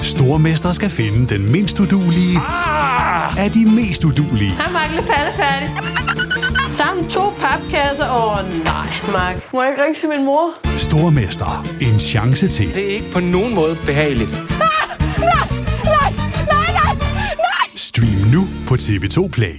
Stormester skal finde den mindst uduelige af de mest uduelige. Hej, Mark. Færdig. Sammen 2 papkasser. Nej, Mark. Må jeg ikke ringe til min mor? Stormester. En chance til. Det er ikke på nogen måde behageligt. Nej. Stream nu på TV2 Play.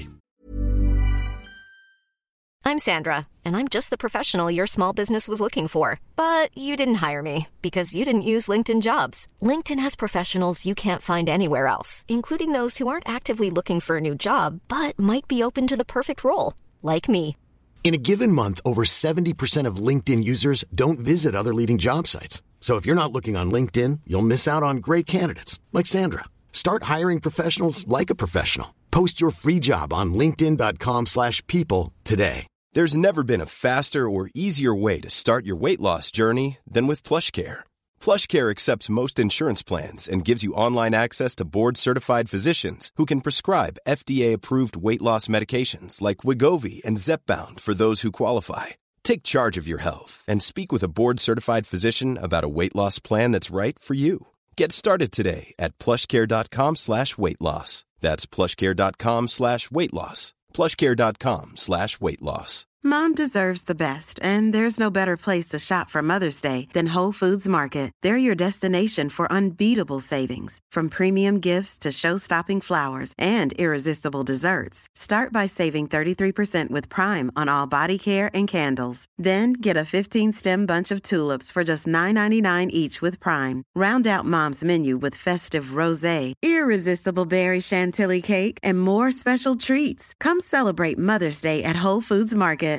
I'm Sandra, and I'm just the professional your small business was looking for. But you didn't hire me because you didn't use LinkedIn Jobs. LinkedIn has professionals you can't find anywhere else, including those who aren't actively looking for a new job, but might be open to the perfect role, like me. In a given month, over 70% of LinkedIn users don't visit other leading job sites. So if you're not looking on LinkedIn, you'll miss out on great candidates like Sandra. Start hiring professionals like a professional. Post your free job on linkedin.com/people today. There's never been a faster or easier way to start your weight loss journey than with PlushCare. PlushCare accepts most insurance plans and gives you online access to board-certified physicians who can prescribe FDA-approved weight loss medications like Wegovy and Zepbound for those who qualify. Take charge of your health and speak with a board-certified physician about a weight loss plan that's right for you. Get started today at plushcare.com/weightloss. That's plushcare.com/weightloss. plushcare.com/weightloss. Mom deserves the best, and there's no better place to shop for Mother's Day than Whole Foods Market. They're your destination for unbeatable savings, from premium gifts to show-stopping flowers and irresistible desserts. Start by saving 33% with Prime on all body care and candles. Then get a 15-stem bunch of tulips for just $9.99 each with Prime. Round out Mom's menu with festive rosé, irresistible berry chantilly cake, and more special treats. Come celebrate Mother's Day at Whole Foods Market.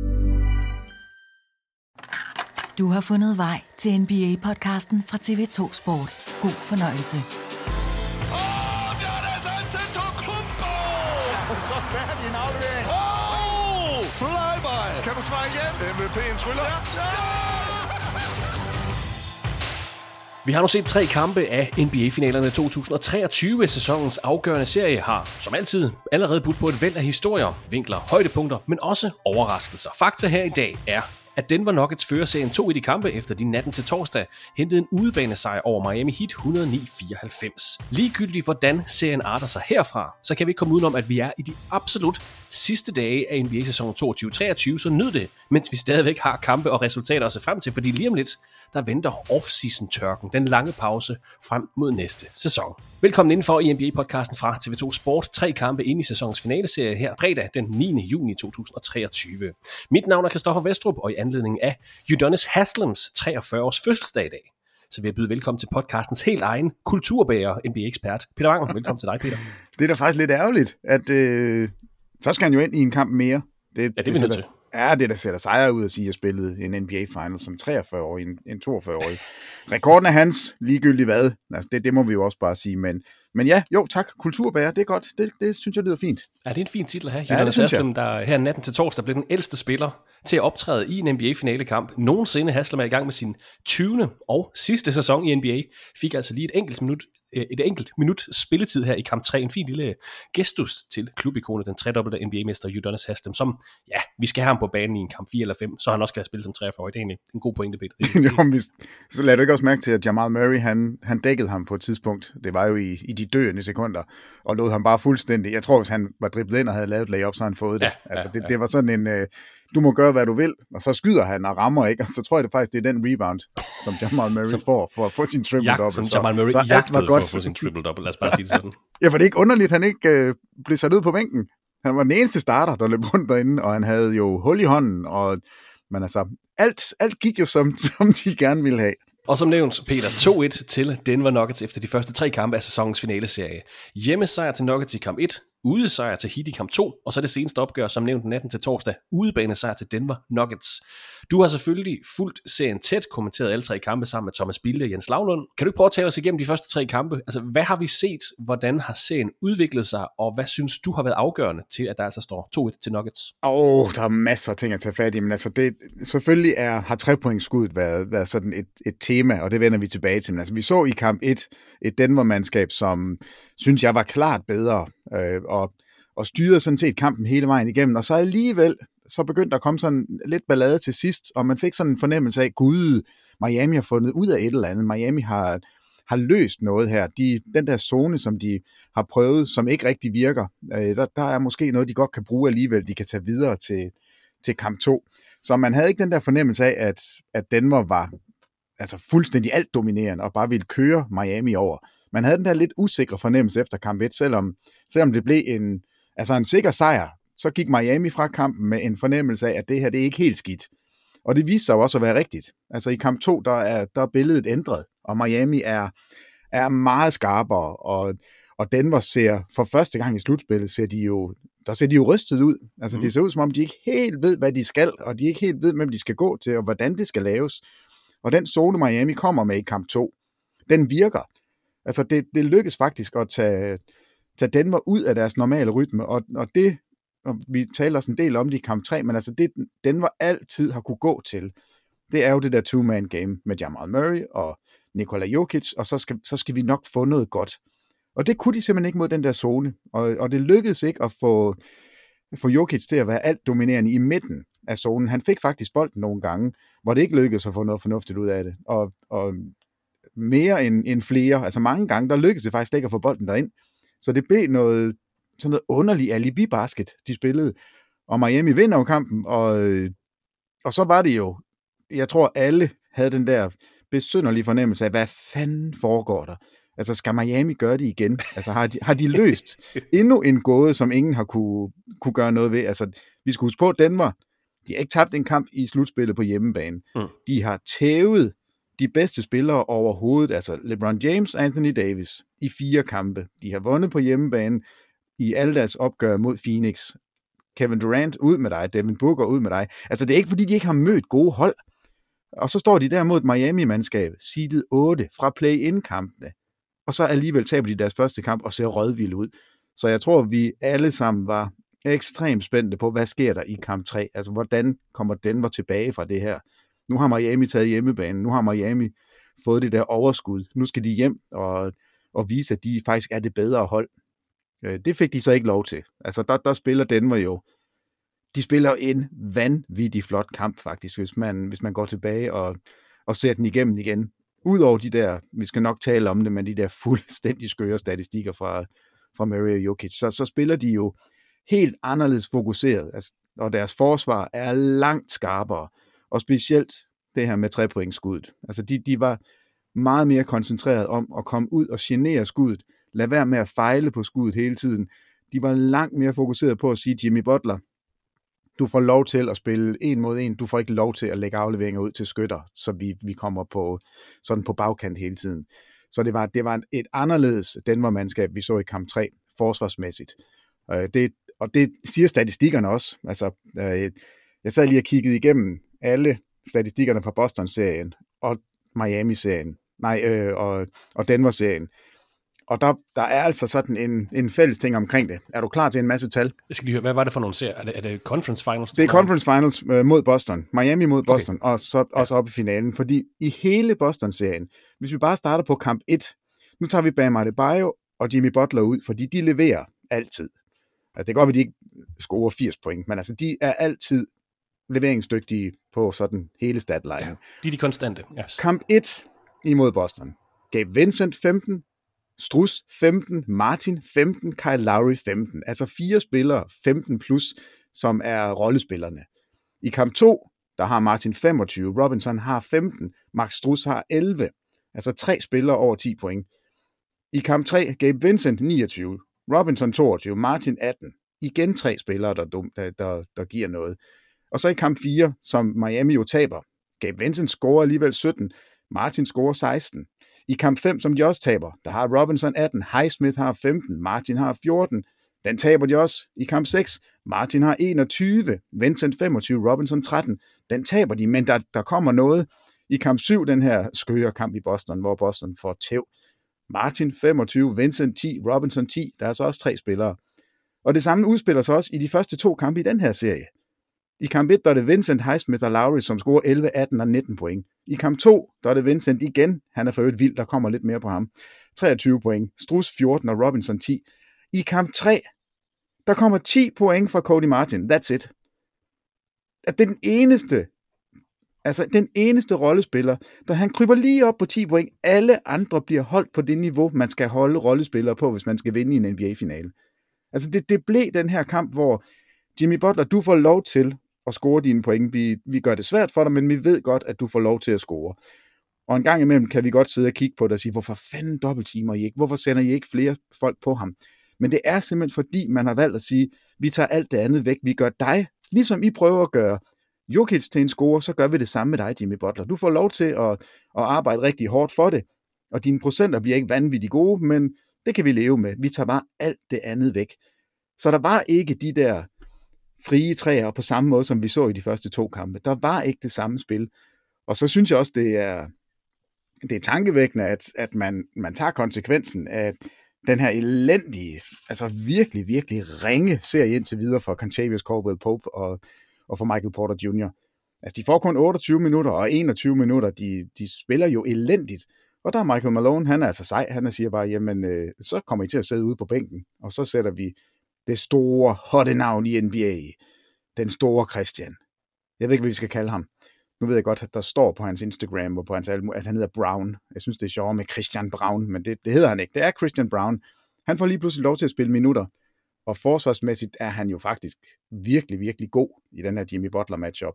Du har fundet vej til NBA-podcasten fra TV2 Sport. God fornøjelse. Der er altså Antetokounmpo! Så færdig en aflevering. Flyby! Kan du svare igen? MVP'en tryller. Ja! Vi har nu set 3 kampe af NBA-finalerne 2023. Sæsonens afgørende serie har, som altid, allerede budt på et væld af historier, vinkler, højdepunkter, men også overraskelser. Fakta her i dag er, at Denver Nuggets fører serien 2 i de kampe, efter de natten til torsdag hentede en udebanesejr over Miami Heat 109-94. Ligegyldigt hvordan serien arter sig herfra, så kan vi ikke komme udenom, at vi er i de absolut sidste dage af NBA-sæsonen 22-23, så nyd det, mens vi stadigvæk har kampe og resultater at se frem til, fordi lige om lidt, der venter off-season-tørken, den lange pause frem mod næste sæson. Velkommen indenfor i NBA-podcasten fra TV2 Sport. 3 kampe ind i sæsonens finaleserie her fredag den 9. juni 2023. Mit navn er Christoffer Vestrup, og i anledning af Udonis Haslems 43-års fødselsdag i dag, så vil jeg byde velkommen til podcastens helt egen kulturbærer, NBA-ekspert, Peter Wang. Velkommen til dig, Peter. Det er da faktisk lidt ærgerligt, at så skal han jo ind i en kamp mere. Det er vi nødt til. Ja, det der sætter sejre ud at sige, at jeg spillede en NBA-final som 43-årig, en 42-årig. Rekorden er hans, ligegyldigt hvad. Altså, det må vi jo også bare sige. Men ja, jo tak, kulturbærer, det er godt. Det synes jeg lyder fint. Ja, det er en fin titel at have. Ja, Udonis Haslem, der her natten til torsdag blev den ældste spiller til at optræde i en NBA-finalekamp. Nogensinde. Haslem er i gang med sin 20. og sidste sæson i NBA. Fik altså lige et enkelt minut spilletid her i kamp 3. En fin lille gestus til klubikonet, den tredobbelte NBA-mester Udonis Haslem, som, ja, vi skal have ham på banen i en kamp 4 eller 5, så han også skal spille som 43-årig. Det er egentlig en god pointe, Peter. Så lader du ikke også mærke til, at Jamal Murray, han dækkede ham på et tidspunkt. Det var jo i de døende sekunder, og lod ham bare fuldstændig. Jeg tror, hvis han var driblet ind og havde lavet layup, så han fået det. Ja, altså, det var sådan en, du må gøre, hvad du vil, og så skyder han og rammer ikke, og så tror jeg det faktisk, det er den rebound, som Jamal Murray får for at få sin triple-double. Som Jamal Murray jagtede for at få sin triple-double, lad os bare sige det sådan. Ja, for det er ikke underligt, han ikke blev sat ud på bænken. Han var den eneste starter, der løb rundt derinde, og han havde jo hul i hånden, men altså, alt gik jo, som de gerne ville have. Og som nævnt, Peter, 2-1 til Denver Nuggets efter de første 3 kampe af sæsonens finaleserie. Hjemmesejr til Nuggets i kamp 1, udesejr til Heat i kamp 2, og så det seneste opgør, som nævnt natten til torsdag, udebanesejr til Denver Nuggets. Du har selvfølgelig fulgt serien tæt, kommenteret alle 3 kampe sammen med Thomas Bilde og Jens Lavlund. Kan du ikke prøve at tale os igennem de første 3 kampe? Altså, hvad har vi set? Hvordan har serien udviklet sig? Og hvad synes du har været afgørende til, at der altså står 2-1 til Nuggets? Der er masser af ting at tage fat i, men altså det, selvfølgelig har 3-pointskuddet været sådan et tema, og det vender vi tilbage til. Men altså, vi så i kamp 1 et Denver-mandskab, som synes jeg var klart bedre, og styrede sådan set kampen hele vejen igennem, og så alligevel så begyndte der at komme sådan lidt ballade til sidst, og man fik sådan en fornemmelse af, gud, Miami har fundet ud af et eller andet. Miami har har løst noget her. Den der zone, som de har prøvet, som ikke rigtig virker, der er måske noget, de godt kan bruge alligevel, de kan tage videre til kamp 2. Så man havde ikke den der fornemmelse af, at Denver var altså fuldstændig alt dominerende og bare ville køre Miami over. Man havde den der lidt usikre fornemmelse efter kamp 1, selvom det blev en sikker sejr, så gik Miami fra kampen med en fornemmelse af, at det her det er ikke helt skidt. Og det viste sig jo også at være rigtigt. Altså i kamp 2, der er billedet ændret, og Miami er meget skarpere, og Denver ser for første gang i slutspillet, ser de jo rystet ud. Altså det ser ud, som om de ikke helt ved, hvad de skal, og de ikke helt ved, hvem de skal gå til, og hvordan det skal laves. Og den zone, Miami kommer med i kamp 2, den virker. Altså det lykkes faktisk at tage Denver ud af deres normale rytme, og vi taler også en del om det i kamp 3, men altså det Denver altid har kunne gå til, det er jo det der two-man game med Jamal Murray og Nikola Jokic, og så skal vi nok få noget godt. Og det kunne de simpelthen ikke mod den der zone, og det lykkedes ikke at få Jokic til at være alt dominerende i midten af zonen. Han fik faktisk bolden nogle gange, hvor det ikke lykkedes at få noget fornuftigt ud af det, og mere end flere, altså mange gange, der lykkedes det faktisk ikke at få bolden derind. Så det blev sådan noget underligt alibi-basket, de spillede. Og Miami vinder jo kampen, og så var det jo, jeg tror alle havde den der besynderlige fornemmelse af, hvad fanden foregår der? Altså skal Miami gøre det igen? Altså har de løst endnu en gåde, som ingen har kunne gøre noget ved? Altså vi skal huske på, Denver, de har ikke tabt en kamp i slutspillet på hjemmebane. De har tævet de bedste spillere overhovedet, altså LeBron James og Anthony Davis, i 4 kampe. De har vundet på hjemmebane i alle deres opgør mod Phoenix. Kevin Durant ud med dig, Devin Booker ud med dig. Altså det er ikke fordi, de ikke har mødt gode hold. Og så står de der mod et Miami-mandskab, seedet 8 fra play-in-kampene, og så alligevel taber de deres første kamp og ser rødvilde ud. Så jeg tror, vi alle sammen var ekstremt spændte på, hvad sker der i kamp 3? Altså hvordan kommer Denver tilbage fra det her? Nu har Miami taget hjemmebane, nu har Miami fået det der overskud. Nu skal de hjem og vise, at de faktisk er det bedre hold. Det fik de så ikke lov til. Altså der spiller Denver jo. De spiller en vanvittig flot kamp faktisk, hvis man går tilbage og ser den igennem igen. Udover de der, vi skal nok tale om det, men de der fuldstændig skøre statistikker fra Murray og Jokic, så spiller de jo helt anderledes fokuseret, altså, og deres forsvar er langt skarpere, og specielt det her med 3-pointskuddet. Altså de var meget mere koncentreret om at komme ud og genere skuddet, lad være med at fejle på skuddet hele tiden. De var langt mere fokuseret på at sige, Jimmy Butler, du får lov til at spille 1 mod 1, du får ikke lov til at lægge afleveringer ud til skytter, så vi kommer på bagkant hele tiden. Så det var et anderledes Denver-mandskab, vi så i kamp 3, forsvarsmæssigt. Og det siger statistikkerne også. Altså, jeg sad lige og kiggede igennem alle statistikkerne fra Boston-serien og Miami-serien, og Denver-serien. Og der er altså sådan en fælles ting omkring det. Er du klar til en masse tal? Jeg skal lige høre, hvad var det for nogle serier? Er det Conference Finals? Det er Conference Finals mod Boston. Miami mod Boston, okay. Og så også op i finalen. Fordi i hele Boston-serien, hvis vi bare starter på kamp 1, nu tager vi Bam Adebayo og Jimmy Butler ud, fordi de leverer altid. Altså det går, at de ikke scorer 80 point, men altså de er altid leveringsdygtige på sådan hele statline. Ja, de er de konstante. Yes. Kamp 1 imod Boston. Gabe Vincent 15, Strus 15, Martin 15, Kyle Lowry 15. Altså 4 spillere, 15 plus, som er rollespillerne. I kamp 2, der har Martin 25, Robinson har 15, Max Strus har 11. Altså 3 spillere over 10 point. I kamp 3, Gabe Vincent 29, Robinson 22, Martin 18. Igen 3 spillere, der giver noget. Og så i kamp 4, som Miami jo taber. Gabe Vincent scorer alligevel 17, Martin scorer 16. I kamp 5, som de også taber, der har Robinson 18, Highsmith har 15, Martin har 14. Den taber de også i kamp 6. Martin har 21, Vincent 25, Robinson 13. Den taber de, men der kommer noget. I kamp 7, den her skøre kamp i Boston, hvor Boston får tæv. Martin 25, Vincent 10, Robinson 10. Der er så også 3 spillere. Og det samme udspiller sig også i de første 2 kampe i den her serie. I kamp 1, der er det Vincent, Highsmith og Lowry, som scorer 11, 18 og 19 point. I kamp 2, der er det Vincent igen. Han er for øvrigt vild, der kommer lidt mere på ham. 23 point. Strus 14 og Robinson 10. I kamp 3, der kommer 10 point fra Cody Martin. That's it. Det er den eneste Altså, den eneste rollespiller, der han kryber lige op på 10 point. Alle andre bliver holdt på det niveau, man skal holde rollespillere på, hvis man skal vinde i en NBA-finale. Altså, det blev den her kamp, hvor Jimmy Butler, du får lov til at score dine point. Vi gør det svært for dig, men vi ved godt, at du får lov til at score. Og en gang imellem kan vi godt sidde og kigge på det og sige, hvorfor fanden dobbelttimer I ikke? Hvorfor sender I ikke flere folk på ham? Men det er simpelthen fordi, man har valgt at sige, vi tager alt det andet væk. Vi gør dig, ligesom I prøver at gøre Jokic til en scorer, så gør vi det samme med dig, Jimmy Butler. Du får lov til at arbejde rigtig hårdt for det, og dine procenter bliver ikke vanvittigt gode, men det kan vi leve med. Vi tager bare alt det andet væk. Så der var ikke de der frie træer på samme måde, som vi så i de første 2 kampe. Der var ikke det samme spil. Og så synes jeg også, det er tankevækkende, at man tager konsekvensen af den her elendige, altså virkelig, virkelig ringe serie indtil videre for Kentavious Caldwell-Pope og for Michael Porter Jr. Altså, de får kun 28 minutter og 21 minutter. De spiller jo elendigt. Og der er Michael Malone, han er altså sej. Han siger bare, jamen, så kommer I til at sidde ude på bænken, og så sætter vi det store, hotte navn i NBA. Den store Christian. Jeg ved ikke, hvad vi skal kalde ham. Nu ved jeg godt, at der står på hans Instagram og på hans album, at han hedder Brown. Jeg synes, det er sjovt med Christian Brown, men det hedder han ikke. Det er Christian Brown. Han får lige pludselig lov til at spille minutter. Og forsvarsmæssigt er han jo faktisk virkelig, virkelig god i den her Jimmy Butler matchup.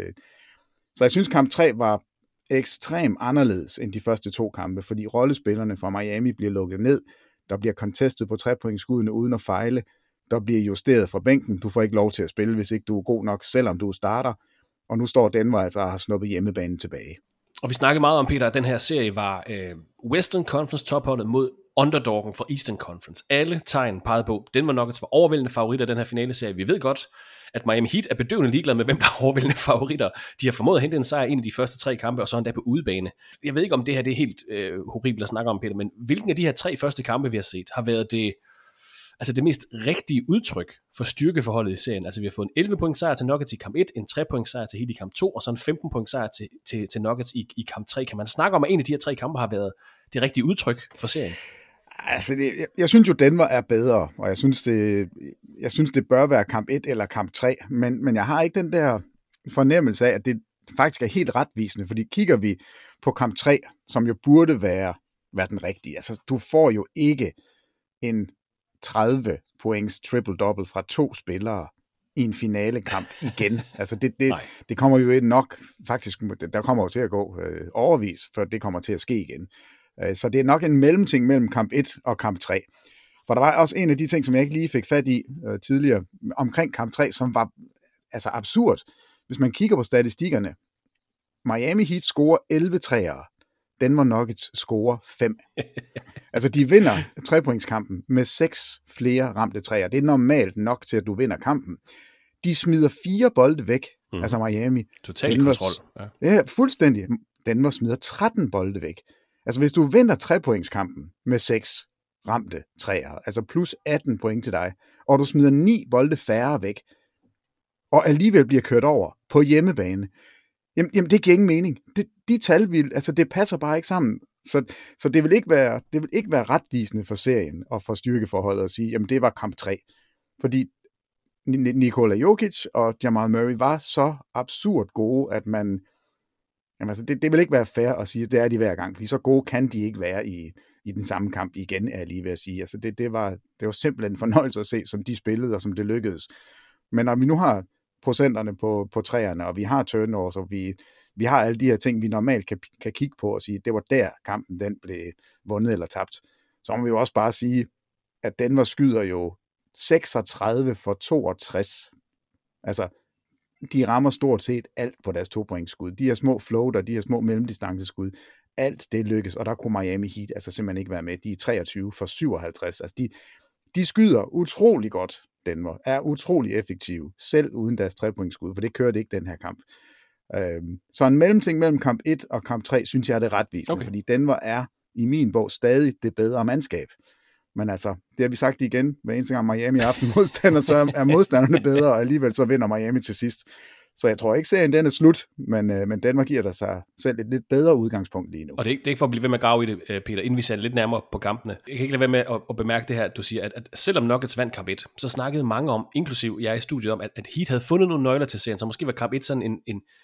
Så jeg synes, kamp 3 var ekstremt anderledes end de første 2 kampe, fordi rollespillerne fra Miami bliver lukket ned. Der bliver contestet på 3-pointsskuddene uden at fejle. Der bliver justeret fra bænken. Du får ikke lov til at spille, hvis ikke du er god nok, selvom du starter. Og nu står Denver altså og har snuppet hjemmebanen tilbage. Og vi snakkede meget om, Peter, at den her serie var Western Conference topholdet mod underdoggen fra Eastern Conference. Alle tegn pegede på, Denver Nuggets var overvældende favoritter i den her finale-serie. Vi ved godt, at Miami Heat er bedøvende ligeglade med, hvem der er overvældende favoritter. De har formået at hente en sejr i en af de første 3 kampe, og så endda på udebane. Jeg ved ikke, om det her det er helt horribelt at snakke om, Peter, men hvilken af de her 3 første kampe, vi har set, har været det mest rigtige udtryk for styrkeforholdet i serien? Altså, vi har fået en 11-point sejr til Nuggets i kamp 1, en 3-point sejr til Heat i kamp 2, og så en 15-point sejr til Nuggets i kamp 3. Kan man snakke om, at en af de her 3 kampe har været det rigtige udtryk for serien? Altså, jeg synes jo, Denver er bedre, og jeg synes, det bør være kamp 1 eller kamp 3, men jeg har ikke den der fornemmelse af, at det faktisk er helt retvisende, fordi kigger vi på kamp 3, som jo burde være den rigtige, altså, du får jo ikke en 30 points triple-double fra 2 spillere i en finalekamp igen. Altså det kommer jo nok, faktisk, der kommer jo til at gå overvis, før det kommer til at ske igen. Så det er nok en mellemting mellem kamp 1 og kamp 3. For der var også en af de ting, som jeg ikke lige fik fat i tidligere, omkring kamp 3, som var altså absurd. Hvis man kigger på statistikkerne, Miami Heat scorer 11 træer, Denver Nuggets scorer 5. Altså, de vinder 3-pointskampen med 6 flere ramte træer. Det er normalt nok til, at du vinder kampen. De smider 4 bolde væk, altså Miami. Total kontrol. Ja, fuldstændig. Denver smider 13 bolde væk. Altså, hvis du vinder 3-pointskampen med 6 ramte træer, altså plus 18 point til dig, og du smider 9 bolde færre væk, og alligevel bliver kørt over på hjemmebane, jamen det giver ingen mening. De tal, det passer bare ikke sammen. Så det vil ikke være retvisende for serien og for styrkeforholdet at sige, jamen det var kamp 3. Fordi Nikola Jokic og Jamal Murray var så absurd gode, at man... Jamen altså, det vil ikke være fair at sige, at det er de hver gang, fordi så gode kan de ikke være i den samme kamp igen, er jeg lige ved at sige. Altså det var simpelthen en fornøjelse at se, som de spillede, og som det lykkedes. Men når vi nu har procenterne på træerne, og vi har turnovers, og vi har alle de her ting, vi normalt kan kigge på og sige, det var der kampen den blev vundet eller tabt. Så må vi jo også bare sige, at Denver skyder jo 36 for 62. Altså, de rammer stort set alt på deres 2-pointsskud. De her små floater, de her små mellemdistanceskud, alt det lykkes, og der kunne Miami Heat altså simpelthen ikke være med. De er 23 for 57. Altså, de skyder utrolig godt, Denver, er utrolig effektive, selv uden deres 3-pointsskud, for det kørte ikke den her kamp. Så en mellemting mellem kamp 1 og kamp 3, synes jeg er det retvisende, fordi Denver er i min bog stadig det bedre mandskab. Men altså, det har vi sagt igen, hver eneste gang Miami er aften modstander, så er modstanderne bedre, og alligevel så vinder Miami til sidst. Så jeg tror ikke, serien den er slut, men Denver giver der sig selv et lidt bedre udgangspunkt lige nu. Og det er ikke for at blive ved med at grave i det, Peter, inden vi ser lidt nærmere på kampene. Jeg kan ikke lade være med at bemærke det her, at du siger, at selvom Nuggets vandt kamp 1, så snakkede mange om, inklusiv jeg i studiet om, at Heat havde fundet nogle nøgler til serien, så måske var kamp 1 sådan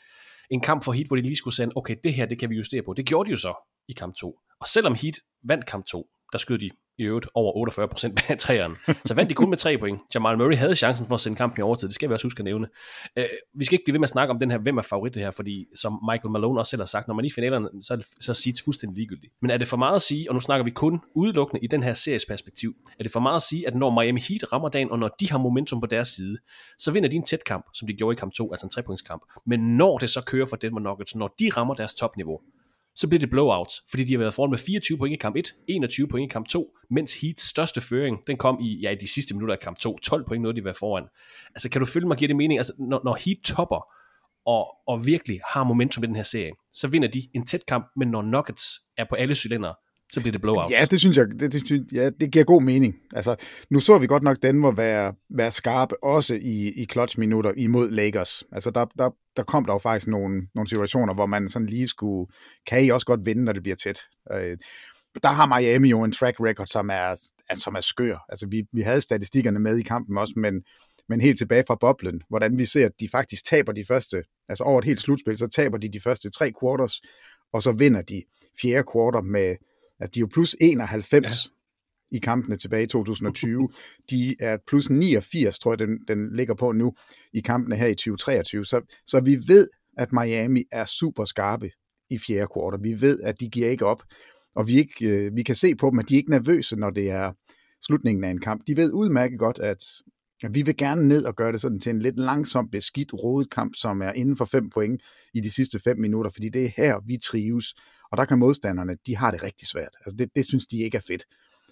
en kamp for Heat, hvor de lige skulle sende, okay, det her, det kan vi justere på. Det gjorde de jo så i kamp 2. Og selvom Heat vandt kamp 2, der skød de i øvrigt over 48% bag træeren. Så vandt de kun med 3 point. Jamal Murray havde chancen for at sende kampen i overtid. Det skal vi også huske at nævne. Vi skal ikke blive ved med at snakke om den her, hvem er favorit det her, fordi som Michael Malone også selv har sagt, når man i finalerne, så er Heat fuldstændig ligegyldigt. Men er det for meget at sige, og nu snakker vi kun udelukkende i den her series perspektiv, er det for meget at sige, at når Miami Heat rammer dagen, og når de har momentum på deres side, så vinder de en tæt kamp, som de gjorde i kamp 2, altså en 3-pointskamp. Men når det så kører for Denver Nuggets, når de rammer deres topniveau, så bliver det blowouts, fordi de har været foran med 24 point i kamp 1, 21 point i kamp 2, mens Heats største føring, den kom i de sidste minutter af kamp 2, 12 point nåede de været foran. Altså kan du følge mig, giver det mening? Altså når Heat topper, og virkelig har momentum i den her serie, så vinder de en tæt kamp, men når Nuggets er på alle cylindre, så bliver det blowouts. Ja, det synes jeg, det giver god mening. Altså, nu så vi godt nok Denver være skarpe, også i clutch-minutter imod Lakers. Altså, der kom der jo faktisk nogle situationer, hvor man sådan lige skulle, kan I også godt vinde, når det bliver tæt. Der har Miami jo en track record, som er skør. Altså, vi havde statistikkerne med i kampen også, men helt tilbage fra boblen, hvordan vi ser, at de faktisk taber de første, altså over et helt slutspil, så taber de første 3 quarters, og så vinder de 4. quarter med, altså de er jo plus 91 i kampene tilbage i 2020. De er plus 89, tror jeg, den ligger på nu, i kampene her i 2023. Så vi ved, at Miami er super skarpe i 4. quarter. Vi ved, at de giver ikke op, og vi kan se på dem, at de er ikke nervøse, når det er slutningen af en kamp. De ved udmærket godt, at vi vil gerne ned og gøre det sådan til en lidt langsom, beskidt, rodet kamp, som er inden for 5 point i de sidste 5 minutter, fordi det er her, vi trives. Og der kan modstanderne, de har det rigtig svært. Altså det synes de ikke er fedt.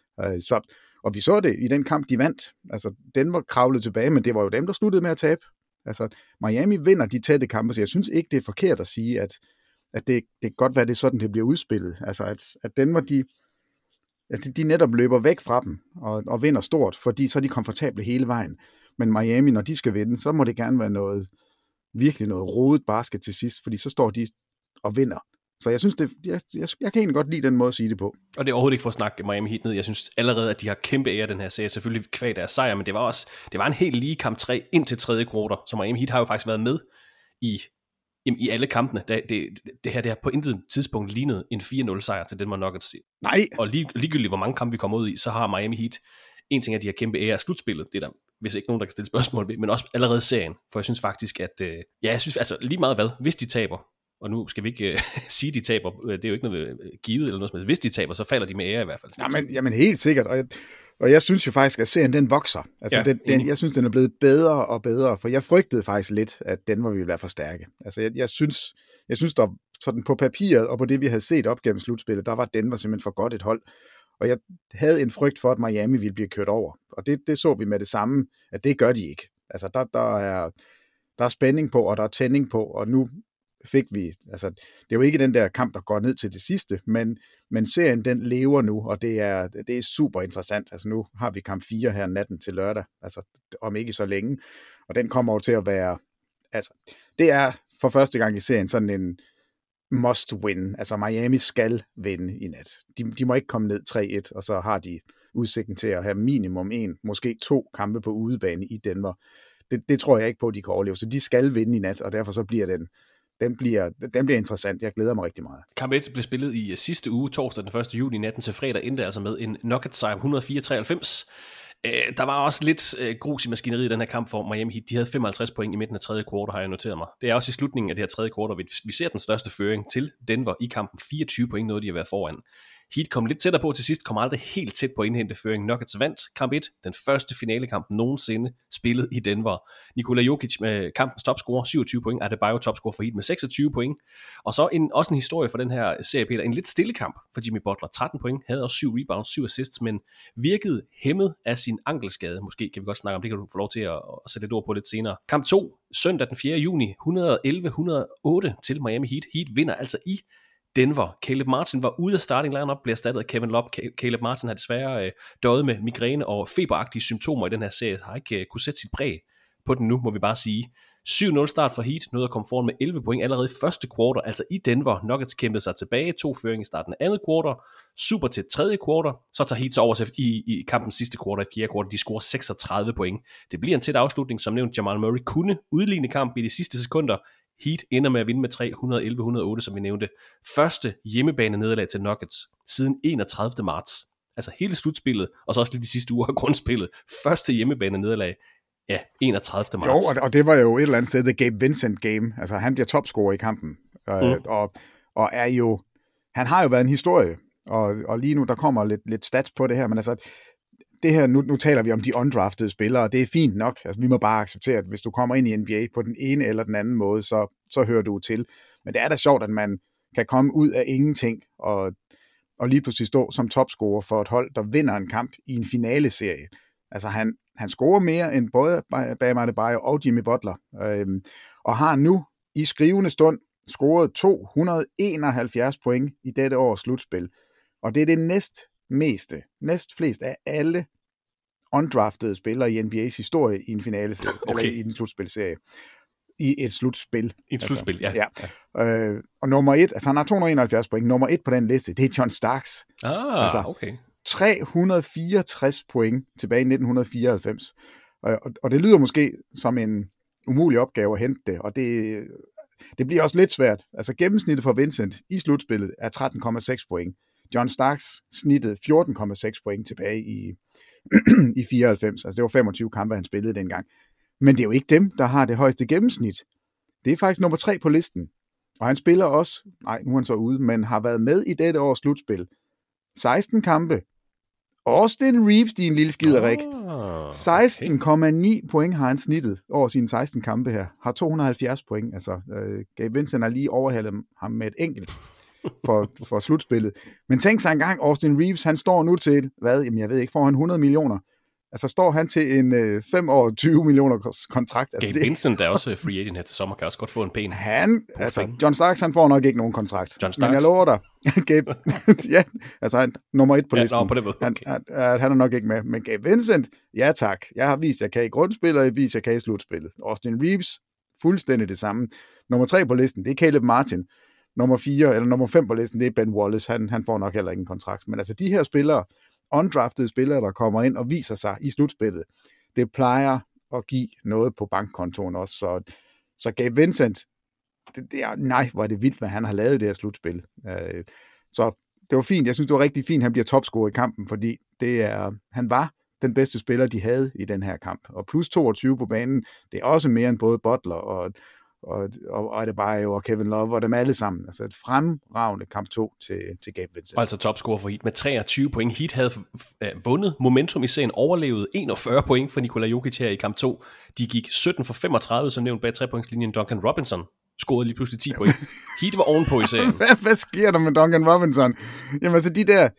Og vi så det i den kamp, de vandt. Altså Denver kravlede tilbage, men det var jo dem, der sluttede med at tabe. Altså Miami vinder de tætte kampe, så jeg synes ikke, det er forkert at sige, at det kan godt være, det er sådan, det bliver udspillet. Altså at Denver, de netop løber væk fra dem og vinder stort, fordi så er de komfortable hele vejen. Men Miami, når de skal vinde, så må det gerne være virkelig noget rodet basket til sidst, fordi så står de og vinder. Så jeg synes, jeg kan egentlig godt lide den måde at sige det på. Og det er overhovedet ikke for at snakke Miami Heat ned. Jeg synes allerede, at de har kæmpe ære den her serie. Selvfølgelig kvad deres sejr, men det var en helt lige kamp 3 indtil 3. kvartal. Så Miami Heat har jo faktisk været med i alle kampene. Det her har på intet tidspunkt lignet en 4-0 sejr til Denver Nuggets. Nej. Og ligegyldigt hvor mange kampe vi kommer ud i, så har Miami Heat en ting, at de har kæmpe ære af slutspillet. Det er der hvis ikke nogen, der kan stille spørgsmål ved, men også allerede serien. For jeg synes faktisk, at jeg synes altså lige meget hvad, hvis de taber, og nu skal vi ikke sige, de taber, det er jo ikke noget givet eller noget som helst. Hvis de taber, så falder de med ære i hvert fald. Jamen helt sikkert, og jeg synes jo faktisk, at serien den vokser. Altså jeg synes, den er blevet bedre og bedre, for jeg frygtede faktisk lidt, at Denver ville være for stærke. Altså jeg synes der sådan på papiret og på det, vi havde set op gennem slutspillet, der var Denver simpelthen for godt et hold. Og jeg havde en frygt for, at Miami ville blive kørt over. Og det så vi med det samme, at det gør de ikke. Altså der er spænding på, og der er tænding på, og nu fik vi, altså det er jo ikke den der kamp, der går ned til det sidste, men serien den lever nu, og det er super interessant. Altså nu har vi kamp 4 her natten til lørdag, altså om ikke så længe, og den kommer jo til at være, altså det er for første gang i serien sådan en must win, altså Miami skal vinde i nat. De må ikke komme ned 3-1, og så har de udsigten til at have minimum 1, måske 2 kampe på udebane i Denver. Det tror jeg ikke på, at de kan overleve, så de skal vinde i nat, og derfor så bliver den bliver interessant. Jeg glæder mig rigtig meget. Kamp 1 blev spillet i sidste uge, torsdag den 1. juni, natten til fredag, endte altså med en Nuggets sejr 104-93. Der var også lidt grus i maskineriet i den her kamp for Miami Heat. De havde 55 point i midten af 3. kvartal, har jeg noteret mig. Det er også i slutningen af det her 3. kvartal, vi ser den største føring til Denver i kampen. 24 point nåede de at være foran. Heat kom lidt tættere på til sidst, kom aldrig helt tæt på at indhente føring. Nuggets vandt kamp 1, den første finalekamp nogensinde spillet i Denver. Nikola Jokic med kampens topscorer, 27 point, Adebayo topscorer for Heat med 26 point. Og så også en historie for den her serie, Peter, en lidt stille kamp for Jimmy Butler, 13 point, havde også 7 rebounds, 7 assists, men virkede hæmmet af sin ankelskade. Måske kan vi godt snakke om det, kan du få lov til at sætte et ord på lidt senere. Kamp 2, søndag den 4. juni, 111-108 til Miami Heat. Heat vinder altså i Denver. Caleb Martin var ude af starting lineup, blev erstattet af Kevin Love. Caleb Martin har desværre døjet med migræne og feberagtige symptomer i den her serie. Har ikke kunne sætte sit præg på den nu, må vi bare sige. 7-0 start for Heat, nåede at komme foran med 11 point allerede i første kvartal, altså i Denver. Nuggets kæmpede sig tilbage, 2 føring i starten af andet kvartal, super til 3. kvartal, så tager Heat så over i kampens sidste kvartal, i 4. kvartal, de scorer 36 point. Det bliver en tæt afslutning, som nævnt, Jamal Murray kunne udligne kampen i de sidste sekunder. Heat ender med at vinde med 311-108, som vi nævnte. Første hjemmebane nederlag til Nuggets siden 31. marts. Altså hele slutspillet, og så også lige de sidste uger af grundspillet. Første hjemmebane nederlag, 31. marts. Jo, og det var jo et eller andet sted The Gabe Vincent game. Altså han bliver topscorer i kampen. Og er jo, han har jo været en historie. Og lige nu, der kommer lidt stats på det her, men altså, det her, nu taler vi om de undraftede spillere, og det er fint nok. Altså, vi må bare acceptere, at hvis du kommer ind i NBA på den ene eller den anden måde, så hører du til. Men det er da sjovt, at man kan komme ud af ingenting, og lige pludselig stå som topscorer for et hold, der vinder en kamp i en finaleserie. Altså, han scorer mere end både Bam Adebayo og Jimmy Butler, og har nu i skrivende stund scoret 271 point i dette års slutspil. Og det er det næst flest af alle undraftede spillere i NBA's historie i en finaleserie, eller i en slutspilserie. I et slutspil. I et slutspil, ja. Og nummer 1, altså han har 271 point, nummer 1 på den liste, det er John Starks. Okay. 364 point tilbage i 1994. Og det lyder måske som en umulig opgave at hente det, og det bliver også lidt svært. Altså gennemsnittet for Vincent i slutspillet er 13,6 point. John Starks snittede 14,6 point tilbage i 94. Altså det var 25 kampe, han spillede dengang. Men det er jo ikke dem, der har det højeste gennemsnit. Det er faktisk nummer 3 på listen. Og han spiller også, nu er han så ude, men har været med i dette års slutspil. 16 kampe. Austin Reeves, din lille skiderik. 16,9 point har han snittet over sine 16 kampe her. Har 270 point. Altså, Gabe Vincent har lige overhalet ham med et enkelt for slutspillet. Men tænk sig engang, Austin Reeves, han står nu til, jamen jeg ved ikke, får han 100 millioner? Altså står han til en 5 år 20 millioner kontrakt. Altså, Gabe Vincent er også free agent her til sommer, kan også godt få en pæn. John Starks, han får nok ikke nogen kontrakt. John Starks? Men jeg lover dig, Gabe, ja, altså han nummer 1 på listen. På det måde. Okay. Han er nok ikke med. Men Gabe Vincent, ja tak. Jeg har vist, jeg kan i grundspillet, og jeg vist, jeg kan i slutspillet. Austin Reeves, fuldstændig det samme. Nummer 3 på listen, det er Caleb Martin. Nummer 5 på listen, det er Ben Wallace. Han får nok heller ikke en kontrakt. Men altså de her spillere, undraftede spillere, der kommer ind og viser sig i slutspillet, det plejer at give noget på bankkontoen også. Så Gabe Vincent, hvor er det vildt, hvad han har lavet i det her slutspil. Så det var fint. Jeg synes, det var rigtig fint, han bliver topscorer i kampen, fordi han var den bedste spiller, de havde i den her kamp. Og plus 22 på banen, det er også mere end både Butler og Adebayo og Kevin Love og dem alle sammen. Altså et fremragende kamp 2 til Gabe Vincent. Og altså topscorer for Heat med 23 point. Heat havde vundet momentum i serien, overlevet 41 point for Nikola Jokic her i kamp 2. De gik 17 for 35, som nævnt bag 3-pointslinjen. Duncan Robinson scorede lige pludselig 10 point. Heat var ovenpå i serien. Hvad sker der med Duncan Robinson? Jamen altså de der...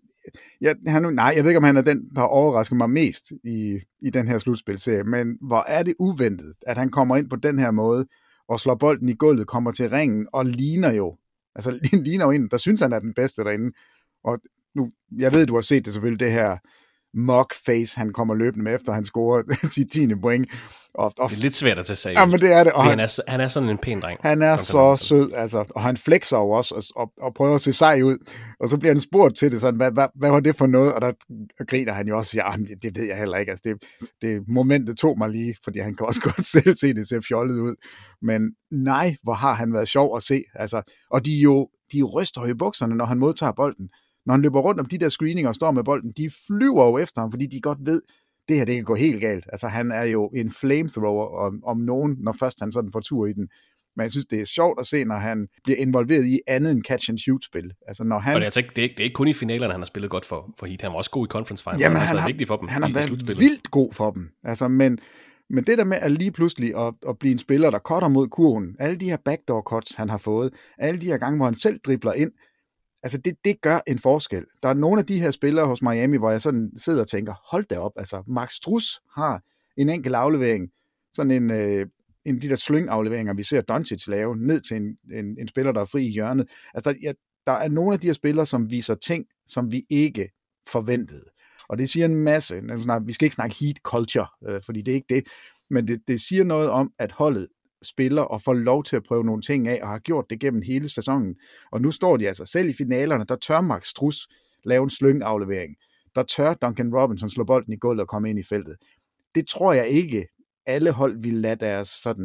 jeg ved ikke, om han er den, der overrasker mig mest i den her slutspilserie, men hvor er det uventet, at han kommer ind på den her måde, og slår bolden i gulvet, kommer til ringen, og ligner jo en, der synes, han er den bedste derinde. Og nu, jeg ved, du har set det selvfølgelig, det her mock face, han kommer løbende med, efter han scorer sit 10. point. Og det er lidt svært at tage sig. Ja, men det er det. Og han er sådan en pæn dreng. Han er så sød, altså, og han flexer jo også, og prøver at se sej ud. Og så bliver han spurgt til det, sådan, hvad var det for noget? Og der griner han jo også, det ved jeg heller ikke. Altså, det momentet tog mig lige, fordi han kan også godt selv se, det ser fjollet ud. Men nej, hvor har han været sjov at se. Altså, og de ryster i bukserne, når han modtager bolden. Når han løber rundt om de der screeninger og står med bolden, de flyver jo efter ham, fordi de godt ved, det her, det kan gå helt galt. Altså, han er jo en flamethrower om nogen, når først han sådan får tur i den. Men jeg synes, det er sjovt at se, når han bliver involveret i andet end catch-and-shoot-spil. Altså, når han... Og det er ikke kun i finalerne, han har spillet godt for Heat. Han var også god i conference final. Jamen, han har været vigtig for dem. Han har været vildt god for dem. Altså, men det der med at lige pludselig at blive en spiller, der cutter mod kurven, alle de her backdoor cuts, han har fået, alle de her gange, hvor han selv dribler ind, altså det gør en forskel. Der er nogle af de her spillere hos Miami, hvor jeg sådan sidder og tænker, hold da op, altså Max Strus har en enkelt aflevering, sådan en af de der slyng-afleveringer, vi ser Doncic lave, ned til en spiller, der er fri i hjørnet. Altså der er nogle af de her spillere, som viser ting, som vi ikke forventede. Og det siger en masse. Vi skal ikke snakke heat culture, fordi det er ikke det, men det siger noget om, at holdet spiller og får lov til at prøve nogle ting af, og har gjort det gennem hele sæsonen. Og nu står de altså selv i finalerne, der tør Max Strus lave en slyng-aflevering. Der tør Duncan Robinson slå bolden i gulvet og komme ind i feltet. Det tror jeg ikke, alle hold vil lade deres sådan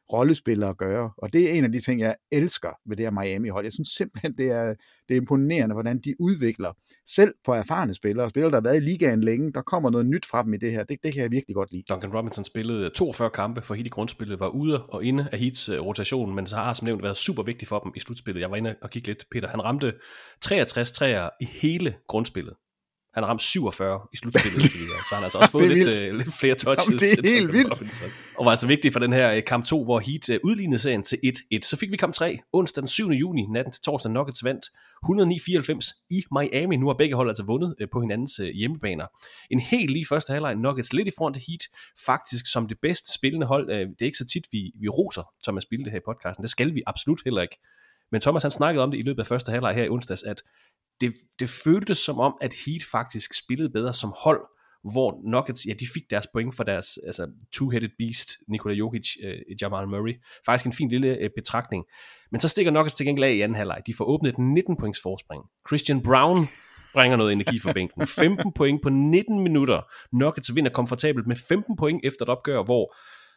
rollespillere gøre, og det er en af de ting, jeg elsker ved det her Miami-hold. Jeg synes simpelthen, det er imponerende, hvordan de udvikler, selv på erfarne spillere, der har været i ligaen længe, der kommer noget nyt fra dem i det her. Det kan jeg virkelig godt lide. Duncan Robinson spillede 42 kampe for Heat i grundspillet, var ude og inde af Heats rotation, men så har som nævnt været super vigtigt for dem i slutspillet. Jeg var inde og kigge lidt, Peter. Han ramte 63 træer i hele grundspillet. Han har ramt 47 i slutspillet, så han har altså også fået lidt flere touches. Jamen, det er helt vildt. Og var altså vigtigt for den her kamp 2, hvor Heat udlignede serien til 1-1. Så fik vi kamp 3, onsdag den 7. juni, natten til torsdag. Nuggets vandt 109-94 i Miami. Nu har begge hold altså vundet på hinandens hjemmebaner. En helt lige første halvleg. Nuggets lidt i front af Heat, faktisk som det bedste spillende hold. Det er ikke så tit, vi roser Thomas Bilde her i podcasten. Det skal vi absolut heller ikke. Men Thomas han snakkede om det i løbet af første halvleg her i onsdags, at det føltes som om, at Heat faktisk spillede bedre som hold, hvor Nuggets, ja, de fik deres point for deres two-headed beast, Nikola Jokic, Jamal Murray. Faktisk en fin lille betragtning. Men så stikker Nuggets til gengæld af i anden halvleg. De får åbnet et 19-points forspring. Christian Brown bringer noget energi fra bænken. 15 point på 19 minutter. Nuggets vinder komfortabelt med 15 point efter et opgør, hvor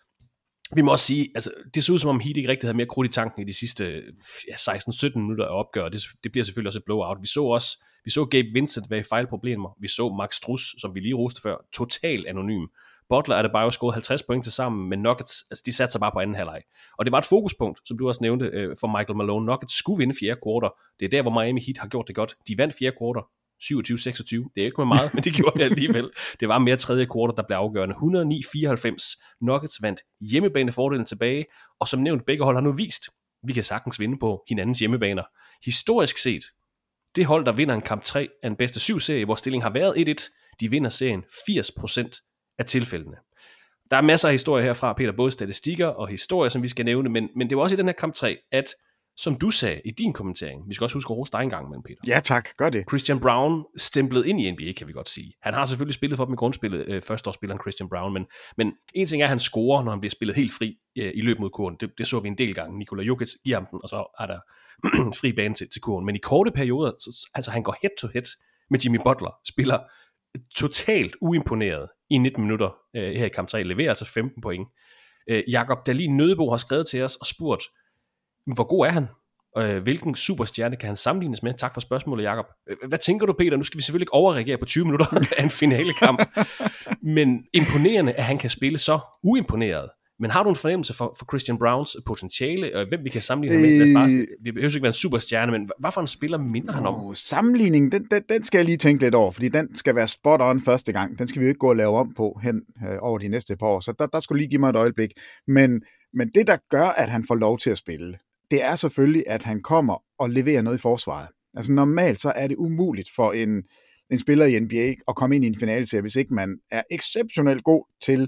vi må også sige, altså det så ud som om Heat ikke rigtig havde mere krudt i tanken i de sidste 16-17 minutter af opgør. Det bliver selvfølgelig også et blowout. Vi så Gabe Vincent være i fejlproblemer. Vi så Max Strus, som vi lige roste før, total anonym. Butler er det bare scoret 50 point til sammen, men Nuggets, altså de satte sig bare på anden halvleg. Og det var et fokuspunkt, som du også nævnte, for Michael Malone. Nuggets skulle vinde fjerde kvartal. Det er der, hvor Miami Heat har gjort det godt. De vandt fjerde kvartal. 27-26. Det er ikke meget, men det gjorde det alligevel. Det var mere tredje kvartal, der blev afgørende. 109-94. Nuggets vandt hjemmebanefordelen tilbage, og som nævnt, begge hold har nu vist, vi kan sagtens vinde på hinandens hjemmebaner. Historisk set, det hold, der vinder en kamp 3 af den bedste 7-serie, hvor stillingen har været 1-1, de vinder serien 80% af tilfældene. Der er masser af historier herfra, Peter, både statistikker og historier, som vi skal nævne, men det var også i den her kamp 3, at som du sagde i din kommentering, vi skal også huske at rose dig en gang med, Peter. Ja tak, gør det. Christian Brown stemplede ind i NBA, kan vi godt sige. Han har selvfølgelig spillet for dem i grundspillet, førsteårsspilleren Christian Brown, men en ting er, at han scorer, når han bliver spillet helt fri i løb mod kurven. Det så vi en del gange. Nikola Jokic giver ham den, og så er der fri bane til kurven. Men i korte perioder, altså han går head-to-head med Jimmy Butler, spiller totalt uimponeret i 19 minutter her i kamp 3, leverer altså 15 point. Jakob Dahlin Nødebo har skrevet til os og spurgt, hvor god er han? Hvilken superstjerne kan han sammenlignes med? Tak for spørgsmålet, Jakob. Hvad tænker du, Peter? Nu skal vi selvfølgelig ikke overreagere på 20 minutter af en finalekamp. Men imponerende, at han kan spille så uimponeret. Men har du en fornemmelse for Christian Browns potentiale, og hvem vi kan sammenligne med? Vi behøver ikke være en superstjerne, men hvad for en spiller minder han om? Sammenligningen, den skal jeg lige tænke lidt over, fordi den skal være spot on første gang. Den skal vi jo ikke gå og lave om på hen over de næste par år, så der skulle lige give mig et øjeblik. Men det, der gør, at han får lov til at spille, det er selvfølgelig, at han kommer og leverer noget i forsvaret. Altså normalt så er det umuligt for en spiller i NBA at komme ind i en finaleserie, hvis ikke man er exceptionelt god til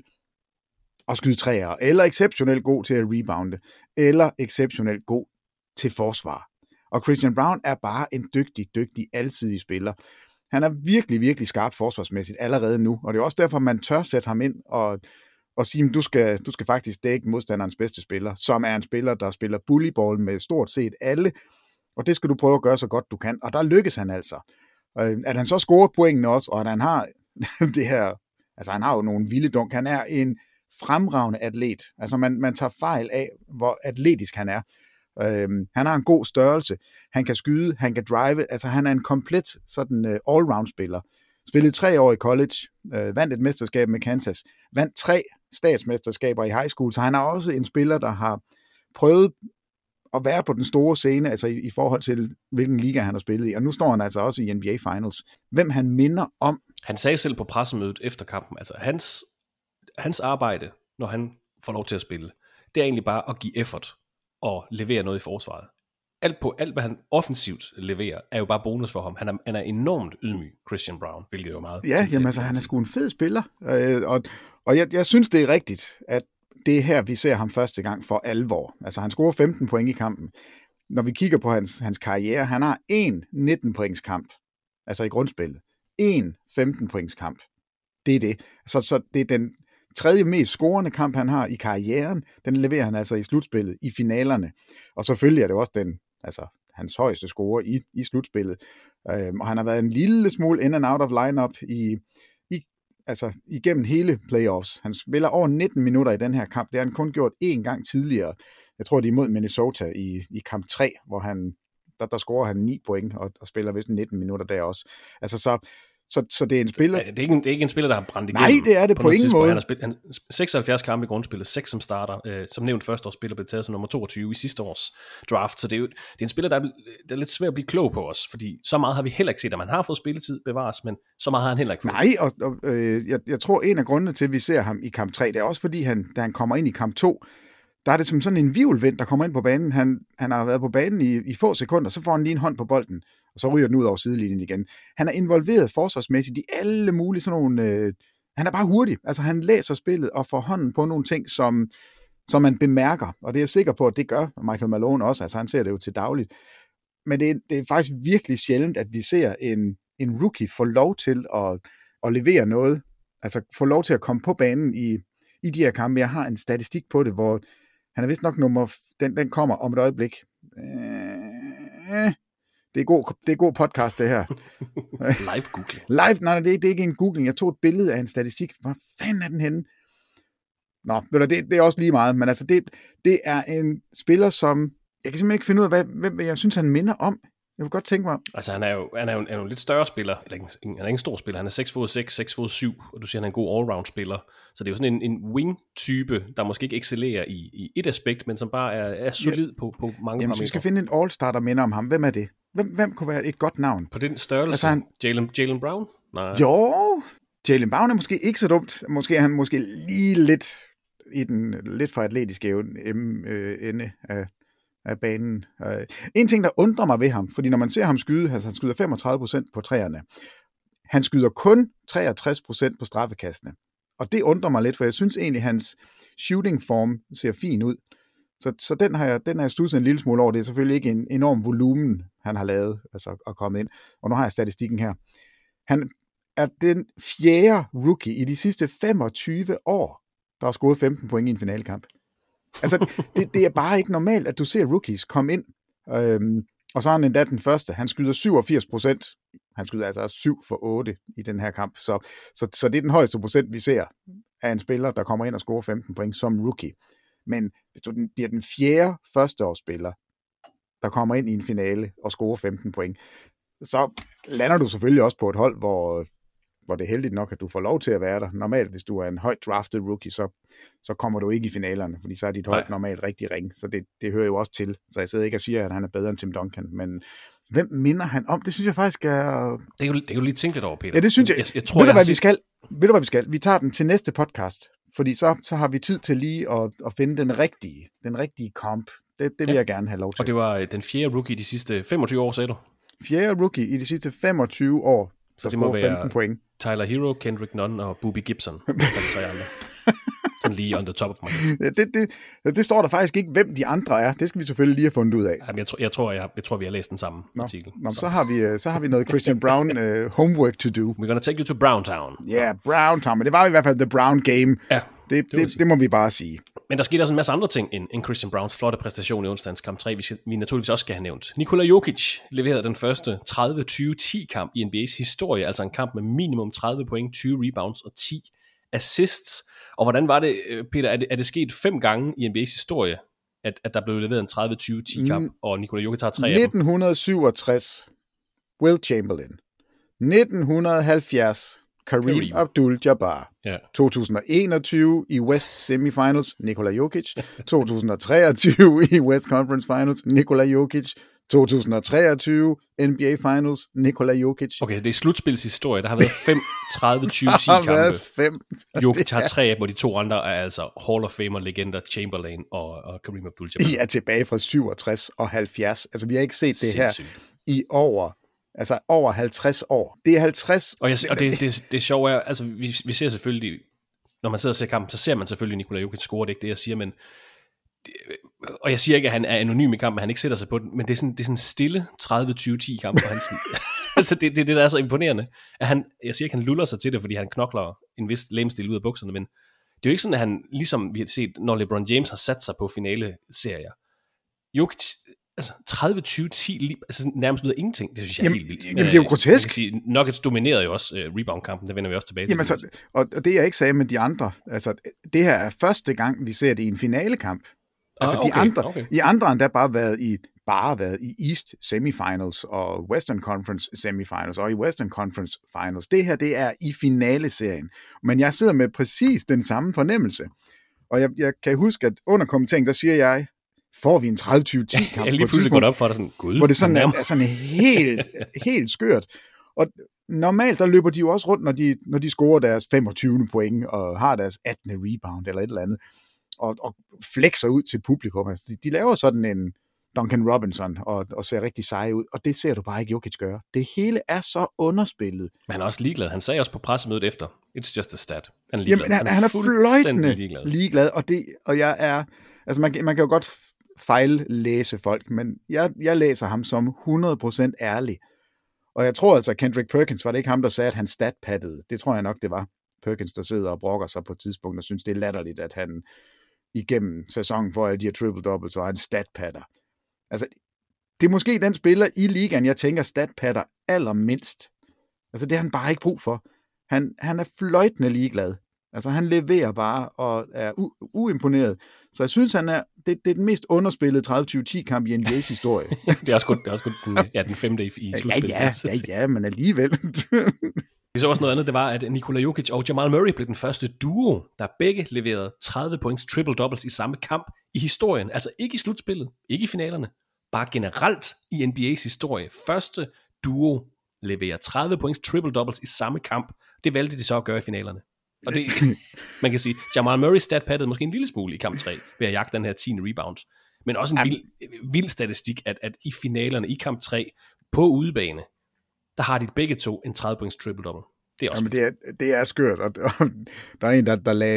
at skyde træer, eller exceptionelt god til at rebounde, eller exceptionelt god til forsvar. Og Christian Brown er bare en dygtig, alsidig spiller. Han er virkelig, virkelig skarp forsvarsmæssigt allerede nu, og det er også derfor, man tør sætte ham ind og sige, du skal faktisk dække modstanderens bedste spiller, som er en spiller, der spiller bullyball med stort set alle, og det skal du prøve at gøre så godt du kan, og der lykkes han altså. At han så scorer pointene også, og at han har det her, altså han har jo nogle vilde dunk, han er en fremragende atlet, altså man tager fejl af, hvor atletisk han er. Han har en god størrelse, han kan skyde, han kan drive, altså han er en komplet sådan all-round spiller. Spillede 3 år i college, vandt et mesterskab med Kansas, vandt 3 statsmesterskaber i high school, så han er også en spiller, der har prøvet at være på den store scene, altså i forhold til, hvilken liga han har spillet i. Og nu står han altså også i NBA Finals. Hvem han minder om? Han sagde selv på pressemødet efter kampen, altså hans arbejde, når han får lov til at spille, det er egentlig bare at give effort og levere noget i forsvaret. Alt hvad han offensivt leverer, er jo bare bonus for ham. Han er enormt ydmyg, Christian Brown, hvilket er jo meget... Ja, jamen altså, han er sgu en fed spiller. Og jeg synes, det er rigtigt, at det er her, vi ser ham første gang for alvor. Altså, han scorer 15 point i kampen. Når vi kigger på hans karriere, han har 1 19-pointskamp, altså i grundspillet. 1 15-pointskamp. Det er det. Så det er den tredje mest scorende kamp, han har i karrieren. Den leverer han altså i slutspillet, i finalerne. Og selvfølgelig er det også hans højeste score i slutspillet. Og han har været en lille smule in and out of lineup altså igennem hele playoffs. Han spiller over 19 minutter i den her kamp. Det har han kun gjort én gang tidligere. Jeg tror, det er imod Minnesota i kamp 3, hvor der scorer han 9 point og spiller vist 19 minutter der også. Altså så det er en spiller... Det er ikke en spiller, der har brændt igennem. Nej, det er det på ingen måde. Han har spillet 76 kampe i grundspillet, 6 som starter. Som nævnt førsteårsspiller blev taget som nummer 22 i sidste års draft. Så det er en spiller, der er lidt svært at blive klog på os, fordi så meget har vi heller ikke set, at man har fået spilletid bevares, men så meget har han heller ikke fået. Nej, og jeg tror, en af grundene til, at vi ser ham i kamp 3, det er også fordi, da han kommer ind i kamp 2, der er det som sådan en hvirvelvind, der kommer ind på banen. Han har været på banen i få sekunder, så får han lige en hånd på bolden, og så ryger den ud over sidelinjen igen. Han er involveret forsvarsmæssigt i alle mulige sådan nogle... han er bare hurtig. Altså han læser spillet og får hånden på nogle ting, som man bemærker. Og det er jeg sikker på, at det gør Michael Malone også. Altså han ser det jo til dagligt. Men det er faktisk virkelig sjældent, at vi ser en rookie få lov til at levere noget. Altså få lov til at komme på banen i de her kampe. Jeg har en statistik på det, hvor han er vist nok den kommer om et øjeblik. Det er god podcast, det her. Live googling. Nej, det er ikke en googling. Jeg tog et billede af en statistik. Hvor fanden er den henne? Nå, det er også lige meget, men altså det er en spiller, som jeg kan simpelthen ikke finde ud af, hvem jeg synes, han minder om. Jeg kunne godt tænke mig... Altså, han er jo en lidt større spiller. Eller han er ikke en stor spiller. Han er 6'6", 6'7", og du siger, han er en god allround-spiller. Så det er jo sådan en wing-type, der måske ikke excellerer i et aspekt, men som bare er solid på mange parametre. Jamen, vi skal finde en all-star, der minder om ham. Hvem er det? Hvem kunne være et godt navn? På den størrelse? Altså, Jaylen Brown? Nej. Jo, Jaylen Brown er måske ikke så dumt. Måske er han lige lidt i den lidt for atletiske ende af banen. En ting, der undrer mig ved ham, fordi når man ser ham skyde, altså han skyder 35% på træerne. Han skyder kun 63% på straffekastene. Og det undrer mig lidt, for jeg synes egentlig, hans shooting form ser fin ud. Så den har jeg studset en lille smule over. Det er selvfølgelig ikke en enorm volumen, han har lavet, altså at komme ind. Og nu har jeg statistikken her. Han er den 4. rookie i de sidste 25 år, der har scoret 15 point i en finalekamp. Altså, det er bare ikke normalt, at du ser rookies komme ind, og så er han endda den første. Han skyder 87%. Han skyder altså 7 for 8 i den her kamp. Så det er den højeste procent, vi ser af en spiller, der kommer ind og scorer 15 point som rookie. Men hvis du bliver den 4. førsteårsspiller, der kommer ind i en finale og scorer 15 point, så lander du selvfølgelig også på et hold, hvor det er heldigt nok, at du får lov til at være der. Normalt, hvis du er en højt drafted rookie, så kommer du ikke i finalerne, fordi så er dit hold normalt rigtig ringe. Så det hører jo også til. Så jeg sidder ikke og siger, at han er bedre end Tim Duncan, men hvem minder han om? Det synes jeg faktisk er... Det er jo lige tænkt lidt over, Peter. Ja, det synes jeg. Jeg tror, ved du, hvad vi skal? Vi tager den til næste podcast, fordi så har vi tid til lige at finde den rigtige kamp. Det vil jeg gerne have lov til. Og det var den 4. rookie i de sidste 25 år, sagde du? 4. rookie i de sidste 25 år, så det må være 15 point. Tyler Hero, Kendrick Nunn og Boobie Gibson. Sådan lige on the top of my head. Det står der faktisk ikke, hvem de andre er. Det skal vi selvfølgelig lige have fundet ud af. Jamen, jeg tror, vi har læst den samme artikel. Så har vi noget Christian Brown homework to do. We're gonna take you to Browntown. Ja, yeah, Browntown, men det var i hvert fald the Brown game. Ja, det må vi bare sige. Men der skete også en masse andre ting end Christian Browns flotte præstation i onsdagens kamp 3, vi naturligvis også skal have nævnt. Nikola Jokic leverede den første 30-20-10 kamp i NBA's historie, altså en kamp med minimum 30 point, 20 rebounds og 10 assists. Og hvordan var det, Peter, er det sket 5 gange i NBA's historie, at der blev leveret en 30-20-10 kamp, og Nikola Jokic har 3 af dem? 1967, Will Chamberlain. 1970, Kareem Abdul-Jabbar. Ja. 2021 i West Semifinals, Nikola Jokic. 2023 i West Conference Finals, Nikola Jokic. 2023 NBA Finals, Nikola Jokic. Okay, så det er slutspilshistorie. Der har været 5 30-20-10 kampe. Jokic har 3 af, hvor de 2 andre er altså Hall of Famer-legender Chamberlain og Kareem Abdul-Jabbar. De er tilbage fra 67 og 70. Altså, vi har ikke set det her i over 50 år. Det er 50... Og det sjove er, altså vi ser selvfølgelig, når man sidder og ser kampen, så ser man selvfølgelig Nikola Jokic score, det er ikke det, jeg siger, men... Og jeg siger ikke, at han er anonym i kampen, han ikke sætter sig på den, men det er sådan stille 30-20-10 kamp, hvor han altså det der er så imponerende, at jeg siger ikke, at han luller sig til det, fordi han knokler en vis lægemstil ud af bukserne, men det er jo ikke sådan, at han, ligesom vi har set, når LeBron James har sat sig på finale-serier. Jokic Altså 30-20-10, altså nærmest ud af ingenting. Det synes jeg er helt vildt. Jamen det er jo grotesk. Nuggets dominerede jo også rebound-kampen, der vender vi også tilbage til. Jamen altså, og det jeg ikke sagde med de andre, altså det her er første gang, vi ser det i en finalekamp. Altså de andre endda bare været i East Semifinals og Western Conference Semifinals og i Western Conference Finals. Det her, det er i finaleserien. Men jeg sidder med præcis den samme fornemmelse. Og jeg kan huske, at under kommenteringen, der siger jeg, får vi en 30-20-10 kamp? Jeg lige pludselig går op for dig sådan, gud. Hvor det sådan er sådan helt skørt. Og normalt, der løber de jo også rundt, når de scorer deres 25. point og har deres 18. rebound eller et eller andet. Og flexer ud til publikum. Altså, de laver sådan en Duncan Robinson og ser rigtig seje ud, og det ser du bare ikke Jokic gøre. Det hele er så underspillet. Men han er også ligeglad. Han sagde også på pressemødet efter, it's just a stat. Han er ligeglad. Jamen, han er fløjtende ligeglad, og jeg er, altså man kan jo godt fejllæse folk, men jeg læser ham som 100% ærlig. Og jeg tror altså, at Kendrick Perkins, var det ikke ham, der sagde, at han statpattede? Det tror jeg nok, det var Perkins, der sidder og brokker sig på et tidspunkt, og synes, det er latterligt, at han igennem sæsonen får alle de her triple-doubles, så er han statpatter. Altså, det er måske den spiller i ligaen, jeg tænker, statpatter allermindst. Altså, det har han bare ikke brug for. Han er fløjtende ligeglad. Altså, han leverer bare og er uimponeret. Så jeg synes, det er den mest underspillede 30-20-10-kamp i NBA's historie. det er også kun den 5. i slutspillet. Ja, men alligevel. Vi så også noget andet, det var, at Nikola Jokic og Jamal Murray blev den første duo, der begge leverede 30 points triple-doubles i samme kamp i historien. Altså ikke i slutspillet, ikke i finalerne, bare generelt i NBA's historie. Første duo leverer 30 points triple-doubles i samme kamp. Det valgte de så at gøre i finalerne. Og det, man kan sige, Jamal Murray statpattede måske en lille smule i kamp 3 ved at jagte den her 10. rebound. Men også en vild statistik, at i finalerne i kamp 3 på udebane, der har de begge to en 30 points triple-double. Det er også det er skørt, og der er en,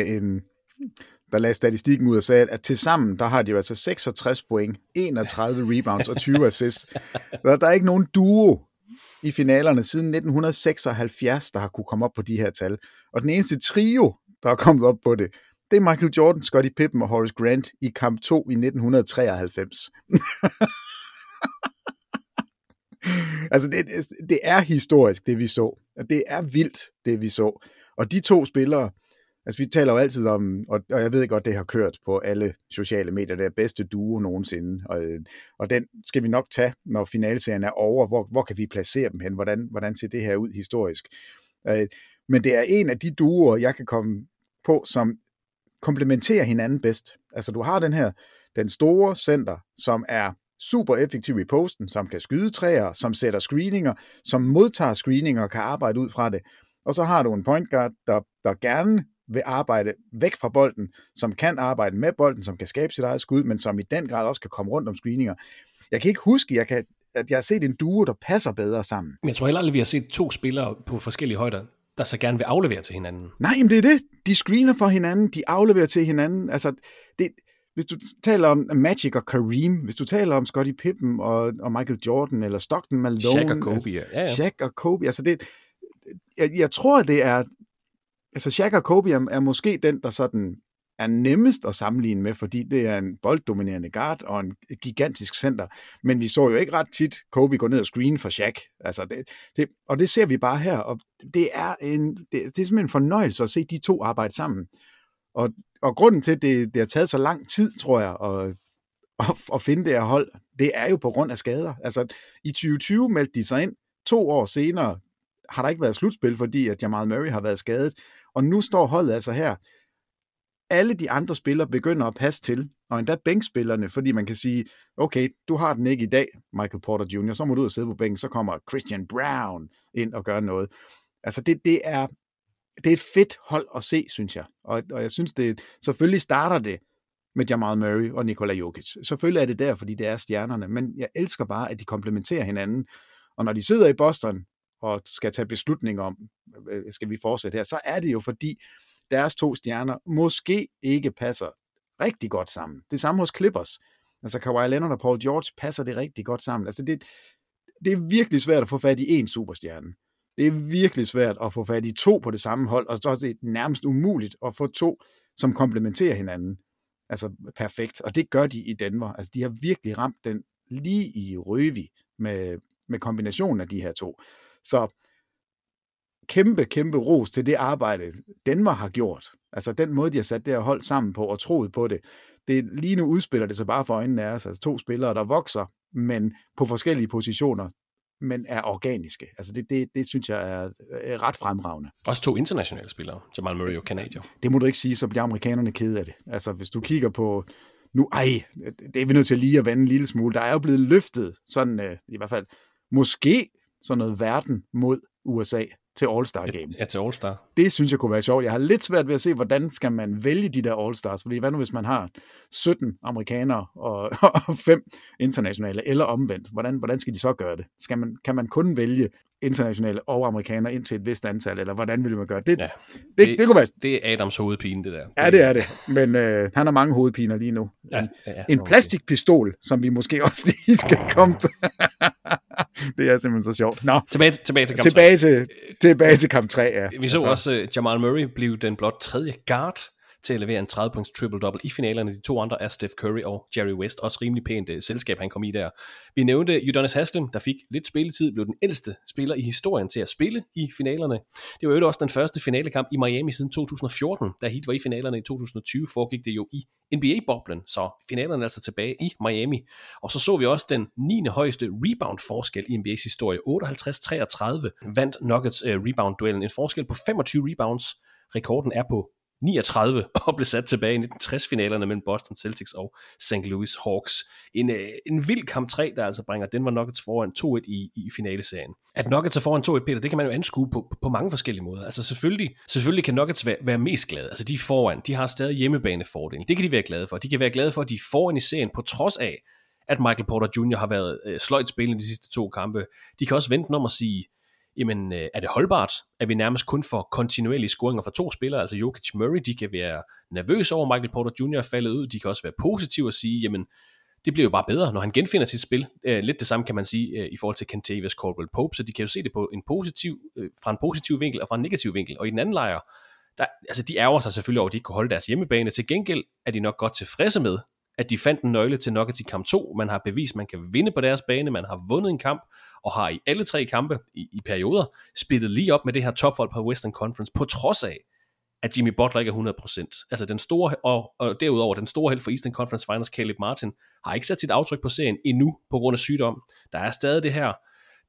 der lagde statistikken ud og sagde, at tilsammen, der har de jo altså 66 point, 31 rebounds og 20 assists. Der er ikke nogen duo i finalerne siden 1976, der har kunne komme op på de her tal. Og den eneste trio, der er kommet op på det, det er Michael Jordan, Scottie Pippen og Horace Grant i kamp 2 i 1993. Altså, det er historisk, det vi så. Det er vildt, det vi så. Og de to spillere, altså vi taler jo altid om, og jeg ved godt, det har kørt på alle sociale medier, det er bedste duo nogensinde. Og den skal vi nok tage, når finalserien er over. Hvor kan vi placere dem hen? Hvordan ser det her ud historisk? Men det er en af de duoer, jeg kan komme på, som komplementerer hinanden bedst. Altså du har den store center, som er super effektiv i posten, som kan skyde træer, som sætter screeninger, som modtager screeninger og kan arbejde ud fra det. Og så har du en point guard, der gerne vil arbejde væk fra bolden, som kan arbejde med bolden, som kan skabe sit eget skud, men som i den grad også kan komme rundt om screeninger. Jeg kan ikke huske, at jeg har set en duo, der passer bedre sammen. Men jeg tror heller aldrig, vi har set to spillere på forskellige højder, der så gerne vil aflevere til hinanden. Nej, men det er det. De screener for hinanden, de afleverer til hinanden. Altså, hvis du taler om Magic og Kareem, hvis du taler om Scottie Pippen og Michael Jordan, eller Stockton Malone. Shaq og Kobe, ja. Shaq og Kobe, altså jeg tror, det er, altså Shaq og Kobe er måske den, der sådan er nemmest at sammenligne med, fordi det er en bolddominerende guard og en gigantisk center. Men vi så jo ikke ret tit Kobe gå ned og screen for Shaq. Altså og det ser vi bare her, og det er simpelthen en fornøjelse at se de to arbejde sammen. Og grunden til, at det har taget så lang tid, tror jeg, at finde det her hold, det er jo på grund af skader. Altså i 2020 meldte de sig ind, 2 år senere har der ikke været slutspil, fordi at Jamal Murray har været skadet, og nu står holdet altså her. Alle de andre spillere begynder at passe til, og endda bænkspillerne, fordi man kan sige, okay, du har den ikke i dag, Michael Porter Jr., så må du ud og sidde på bænken, så kommer Christian Brown ind og gør noget. Altså det er et fedt hold at se, synes jeg. Og jeg synes, selvfølgelig starter det med Jamal Murray og Nikola Jokic. Selvfølgelig er det der, fordi det er stjernerne, men jeg elsker bare, at de komplementerer hinanden. Og når de sidder i Boston og skal tage beslutning om, skal vi fortsætte her, så er det jo fordi, deres 2 stjerner måske ikke passer rigtig godt sammen. Det samme hos Clippers. Altså Kawhi Leonard og Paul George passer det rigtig godt sammen. Altså det er virkelig svært at få fat i 1 superstjerne. Det er virkelig svært at få fat i 2 på det samme hold, og så er det nærmest umuligt at få 2, som komplementerer hinanden. Altså perfekt, og det gør de i Denver. Altså de har virkelig ramt den lige i Røvi med kombinationen af de her to. Så kæmpe ros til det arbejde, Denver har gjort. Altså den måde, de har sat det her hold sammen på og troet på det. Lige nu udspiller det så bare for øjnene af os. Altså 2 spillere, der vokser, men på forskellige positioner, men er organiske. Altså det synes jeg er ret fremragende. Også 2 internationale spillere, Jamal Murray og Canadier. Det må du ikke sige, så bliver amerikanerne kede af det. Altså hvis du kigger på nu, det er vi nødt til lige at vende en lille smule. Der er jo blevet løftet sådan, i hvert fald, måske sådan noget verden mod USA til All-Star Game. Ja, til All-Star. Det synes jeg kunne være sjovt. Jeg har lidt svært ved at se, hvordan skal man vælge de der All-Stars, fordi hvad nu hvis man har 17 amerikanere og 5 internationale, eller omvendt? Hvordan skal de så gøre det? Kan man kun vælge internationale og amerikanere ind til et vist antal, eller hvordan vil man gøre det? Ja, det kunne være... Det er Adams hovedpine, det der. Ja, det er det. Men han har mange hovedpiner lige nu. En plastikpistol, som vi måske også lige skal komme til. Det er simpelthen så sjovt. Nå, tilbage til kamp 3. Tilbage til kamp 3, ja. Vi så også Jamal Murray blive den blot 3. guard til at levere en 30-points triple-double i finalerne. De 2 andre er Steph Curry og Jerry West. Også rimelig pænt selskab, han kom i der. Vi nævnte Udonis Haslem, der fik lidt spilletid, blev den ældste spiller i historien til at spille i finalerne. Det var jo også den første finalekamp i Miami siden 2014. Da Heat var i finalerne i 2020, foregik det jo i NBA-boblen, så finalerne er altså tilbage i Miami. Og så vi også den 9. højeste rebound-forskel i NBA's historie. 58-33 vandt Nuggets rebound-duellen. En forskel på 25 rebounds. Rekorden er på 39 og blev sat tilbage i 1960-finalerne mellem Boston Celtics og St. Louis Hawks. En vild kamp 3, der altså bringer Denver Nuggets foran 2-1 i finaleserien. At Nuggets er foran 2-1, Peter, det kan man jo anskue på mange forskellige måder. Altså selvfølgelig kan Nuggets være mest glade. Altså de er foran, de har stadig hjemmebanefordel. Det kan de være glade for. De kan være glade for, at de er foran i serien på trods af, at Michael Porter Jr. har været sløjt spillende de sidste 2 kampe. De kan også vente om at sige, jamen, er det holdbart, at vi nærmest kun får kontinuerlige scoringer fra 2 spillere, altså Jokic Murray, de kan være nervøse over, Michael Porter Jr. er faldet ud, de kan også være positive og sige, jamen, det bliver jo bare bedre, når han genfinder sit spil. Lidt det samme kan man sige i forhold til Kentavious Caldwell-Pope, så de kan jo se det på fra en positiv vinkel og fra en negativ vinkel, og i den anden lejr, altså de ærger sig selvfølgelig over, at de ikke kunne holde deres hjemmebane. Til gengæld er de nok godt tilfredse med, at de fandt en nøgle til Nuggets i kamp 2. Man har bevist, man kan vinde på deres bane, man har vundet en kamp, og har i alle 3 kampe i perioder spillet lige op med det her tophold på Western Conference, på trods af, at Jimmy Butler ikke er 100%. Altså den store, og derudover den store held for Eastern Conference Finals, Caleb Martin, har ikke sat sit aftryk på serien endnu på grund af sygdom. Der er stadig det her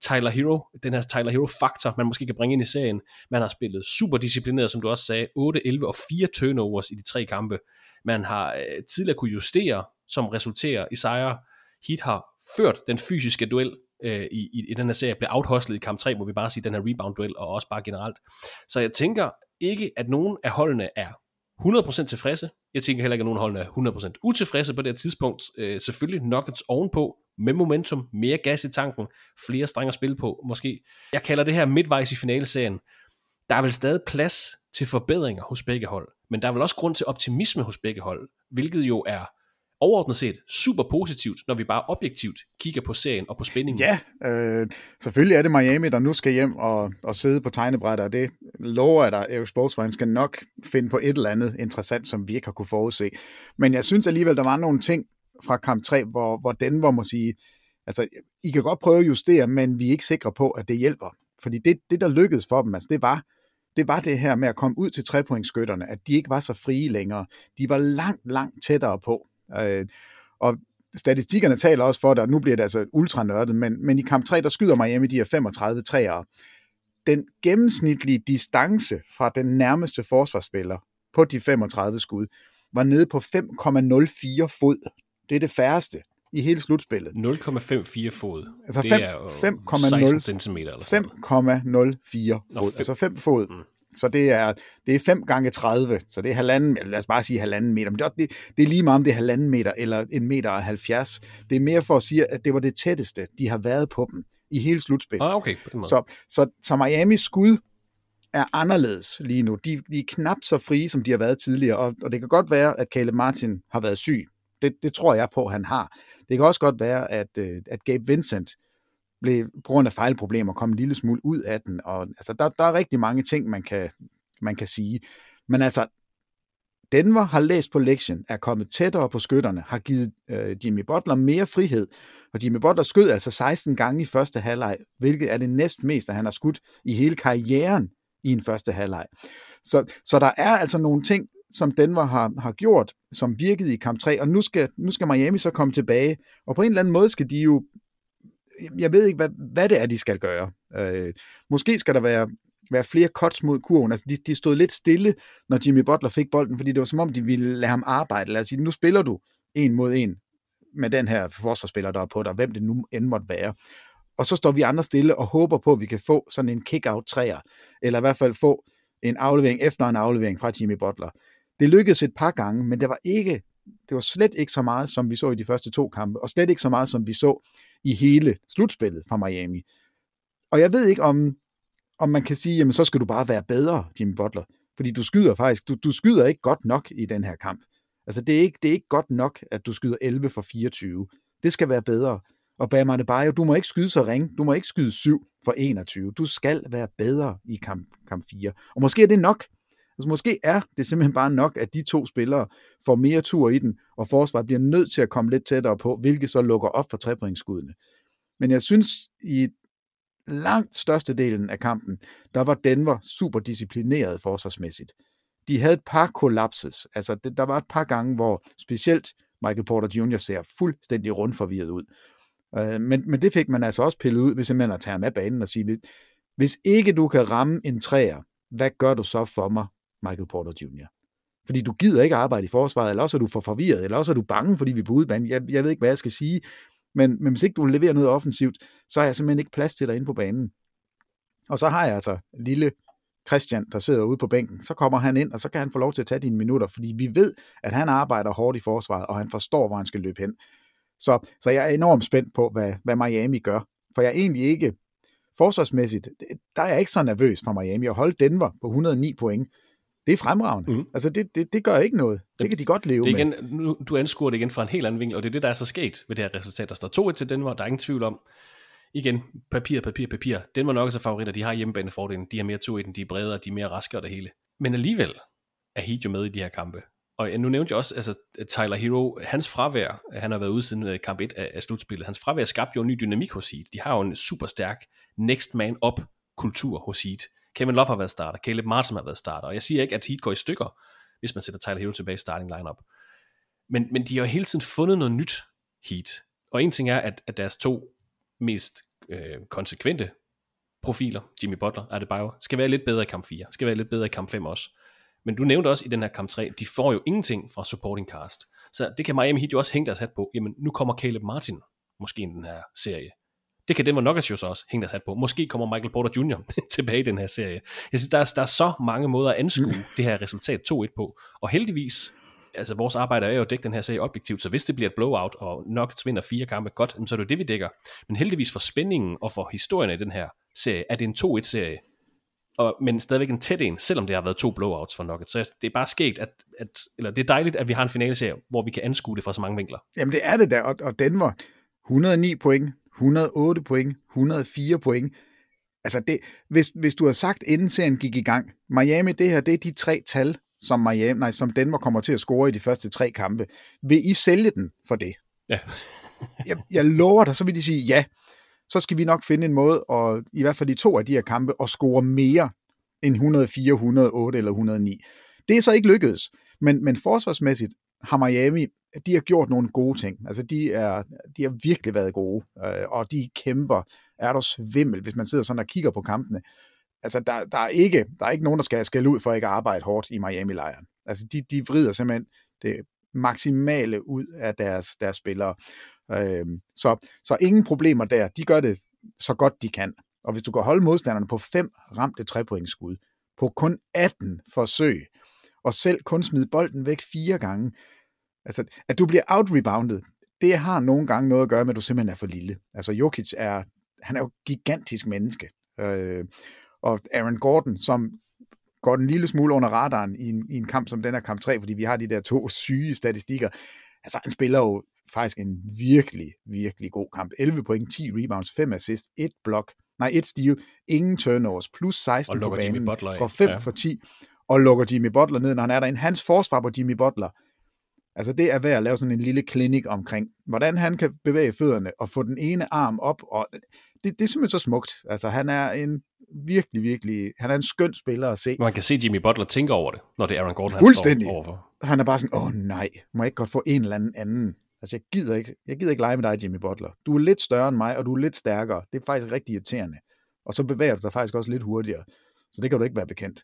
den her Tyler Hero-faktor, man måske kan bringe ind i serien. Man har spillet super disciplineret, som du også sagde, 8, 11 og 4 turnovers i de 3 kampe. Man har tidligere kunne justere, som resulterer i sejre. Heat har ført den fysiske duel i den her serie, blev outhustlet i kamp 3, må vi bare sige, den her rebound-duel, og også bare generelt. Så jeg tænker ikke, at nogen af holdene er 100% tilfredse. Jeg tænker heller ikke, at nogen af holdene er 100% utilfredse på det her tidspunkt. Selvfølgelig Nuggets ovenpå, med momentum, mere gas i tanken, flere strenge at spille på, måske. Jeg kalder det her midtvejs i finaleserien. Der er vel stadig plads til forbedringer hos begge hold, men der er vel også grund til optimisme hos begge hold, hvilket jo er overordnet set super positivt, når vi bare objektivt kigger på serien og på spændingen. Ja, selvfølgelig er det Miami, der nu skal hjem og sidde på tegnebrætter, og det lover jeg dig, Erik Sportsvejn skal nok finde på et eller andet interessant, som vi ikke har kunne forudse. Men jeg synes alligevel, der var nogle ting fra kamp 3, hvor Denver må sige, altså, I kan godt prøve at justere, men vi er ikke sikre på, at det hjælper. Fordi det der lykkedes for dem, altså, det var det her med at komme ud til 3-pointsskytterne, at de ikke var så frie længere. De var langt tættere på. Og statistikkerne taler også for det, og nu bliver det altså ultranørdet, men i kamp 3, der skyder Miami de her 35 træer. Den gennemsnitlige distance fra den nærmeste forsvarsspiller på de 35 skud, var nede på 5,04 fod. Det er det færreste i hele slutspillet. 0,54 fod. Altså det er jo 16 cm eller sådan 5,04 fod. Altså 5 fod. Så det er 5 gange 30, så det er lad os bare sige 1,5 meter. Men det er lige meget om det er 1,5 meter eller 1,70 meter. Det er mere for at sige, at det var det tætteste, de har været på dem i hele slutspillet. Okay. Så Miamis skud er anderledes lige nu. De er knap så frie, som de har været tidligere, og det kan godt være, at Caleb Martin har været syg. Det tror jeg på, han har. Det kan også godt være, at Gabe Vincent blev på grund af fejlproblemer kom en lille smule ud af den, og altså, der er rigtig mange ting, man kan sige. Men altså, Denver har læst på lektien, er kommet tættere på skytterne, har givet Jimmy Butler mere frihed, og Jimmy Butler skød altså 16 gange i første halvleg, hvilket er det næstmeste, han har skudt i hele karrieren i en første halvleg. Så der er altså nogle ting, som Denver har gjort, som virkede i kamp 3, og nu skal Miami så komme tilbage, og på en eller anden måde skal de jo, jeg ved ikke, hvad det er, de skal gøre. Måske skal der være flere cuts mod kurven. Altså, de stod lidt stille, når Jimmy Butler fik bolden, fordi det var som om, de ville lade ham arbejde. Lad os sige, nu spiller du 1 mod 1 med den her forsvarsspiller, der er på dig, hvem det nu end måtte være. Og så står vi andre stille og håber på, at vi kan få sådan en kick-out træer, eller i hvert fald få en aflevering efter en aflevering fra Jimmy Butler. Det lykkedes et par gange, men det var slet ikke så meget, som vi så i de første 2 kampe, og slet ikke så meget, som vi så i hele slutspillet fra Miami. Og jeg ved ikke, om man kan sige, jamen så skal du bare være bedre, Jimmy Butler. Fordi du skyder faktisk, du skyder ikke godt nok i den her kamp. Altså det er ikke godt nok, at du skyder 11 for 24. Det skal være bedre. Og Bam Adebayo, du må ikke skyde så ringe. Du må ikke skyde 7 for 21. Du skal være bedre i kamp 4. Og måske er det nok. Altså måske er det simpelthen bare nok, at de 2 spillere får mere tur i den, og forsvaret bliver nødt til at komme lidt tættere på, hvilket så lukker op for trepointsskuddene. Men jeg synes, i langt størstedelen af kampen, der var Denver super disciplineret forsvarsmæssigt. De havde et par kollapses. Altså, der var et par gange, hvor specielt Michael Porter Jr. ser fuldstændig rundforvirret ud. Men det fik man altså også pillet ud, ved simpelthen at tage ham af banen og sige, hvis ikke du kan ramme en træer, hvad gør du så for mig, Michael Porter Jr.? Fordi du gider ikke arbejde i forsvaret, eller også er du for forvirret, eller også er du bange, fordi vi er på udebane. Jeg ved ikke, hvad jeg skal sige, men hvis ikke du leverer noget offensivt, så har jeg simpelthen ikke plads til dig inde på banen. Og så har jeg altså lille Christian, der sidder ude på bænken, så kommer han ind, og så kan han få lov til at tage dine minutter, fordi vi ved, at han arbejder hårdt i forsvaret, og han forstår, hvor han skal løbe hen. Så jeg er enormt spændt på, hvad Miami gør. For jeg er egentlig ikke, forsvarsmæssigt, der er jeg ikke så nervøs for Miami. At holde Denver på 109 point, det er fremragende. Mm. Altså det gør ikke noget. Det kan de godt leve igen, med. Du anskuer det igen fra en helt anden vinkel, og det er det, der er så sket ved det her resultat. Der står 2-1 til Denver, der er ingen tvivl om. Igen, papir. Denver nok er så favoritter, de har hjemmebanefordelen, de har mere 2-1, de er bredere, de er mere raske og det hele. Men alligevel er Heat jo med i de her kampe. Og nu nævnte jeg også, altså Tyler Hero, hans fravær, han har været ude siden kamp 1 af slutspillet, hans fravær skabte jo en ny dynamik hos Heat. De har jo en super stærk next man up kultur hos Heat. Kevin Love har været starter, Caleb Martin har været starter, og jeg siger ikke, at Heat går i stykker, hvis man sætter Tyler Hero tilbage i starting lineup. Men de har jo hele tiden fundet noget nyt, Heat. Og en ting er, at deres 2 mest konsekvente profiler, Jimmy Butler og Adebayo, skal være lidt bedre i kamp 4, skal være lidt bedre i kamp 5 også. Men du nævnte også i den her kamp 3, de får jo ingenting fra supporting cast. Så det kan Miami Heat jo også hænge deres hat på. Jamen, nu kommer Caleb Martin måske i den her serie. Det kan Denver Nuggets jo så også hænge deres hat på. Måske kommer Michael Porter Jr. tilbage i den her serie. Jeg synes, der er så mange måder at anskue det her resultat 2-1 på. Og heldigvis, altså vores arbejde er jo at dække den her serie objektivt, så hvis det bliver et blowout, og Nuggets vinder 4 kampe godt, så er det jo det, vi dækker. Men heldigvis for spændingen og for historien i den her serie, er det en 2-1-serie, men stadigvæk en tæt en, selvom det har været 2 blowouts for Nuggets. Så det er bare sket, eller det er dejligt, at vi har en finaleserie, hvor vi kan anskue det fra så mange vinkler. Jamen det er det der, og Denver, 109 point, 108 point, 104 point. Altså hvis du har sagt, inden serien gik i gang, Miami, det er de 3 tal, som Denver kommer til at score i de første 3 kampe. Vil I sælge den for det? Ja. jeg lover dig, så vil de sige ja. Så skal vi nok finde en måde, og i hvert fald i 2 af de her kampe, at score mere end 104, 108 eller 109. Det er så ikke lykkedes, men forsvarsmæssigt har Miami, de har gjort nogle gode ting. Altså de har virkelig været gode, og de kæmper, er der svimmel, hvis man sidder sådan og kigger på kampene. Altså der er ikke nogen, der skal skælde ud for ikke at arbejde hårdt i Miami-lejren. Altså de vrider simpelthen det maksimale ud af deres spillere. Så ingen problemer der. De gør det så godt de kan. Og hvis du kan holde modstanderne på 5 ramte 3-pointsskud, på kun 18 forsøg, og selv kun smide bolden væk 4 gange, altså at du bliver out-reboundet, det har nogle gange noget at gøre med, at du simpelthen er for lille. Altså Jokic han er jo gigantisk menneske. Og Aaron Gordon, som går en lille smule under radaren i en kamp som den her kamp 3, fordi vi har de der 2 syge statistikker. Altså han spiller jo faktisk en virkelig, virkelig god kamp. 11 point, 10 rebounds, 5 assists, 1 steal, ingen turnovers, plus 16 på banen, går 5 for 10. og lukker Jimmy Butler ned, når han er derinde. Hans forsvar på Jimmy Butler, altså det er værd at lave sådan en lille klinik omkring, hvordan han kan bevæge fødderne og få den ene arm op, og det er simpelthen så smukt. Altså han er en virkelig, han er en skøn spiller at se. Man kan se Jimmy Butler tænke over det, når det er Aaron Gordon, fuldstændig. Han står overfor. Han er bare sådan, nej, må jeg ikke godt få en eller anden? Altså jeg gider ikke lege med dig, Jimmy Butler. Du er lidt større end mig, og du er lidt stærkere. Det er faktisk rigtig irriterende. Og så bevæger du dig faktisk også lidt hurtigere. Så det kan du ikke være bekendt.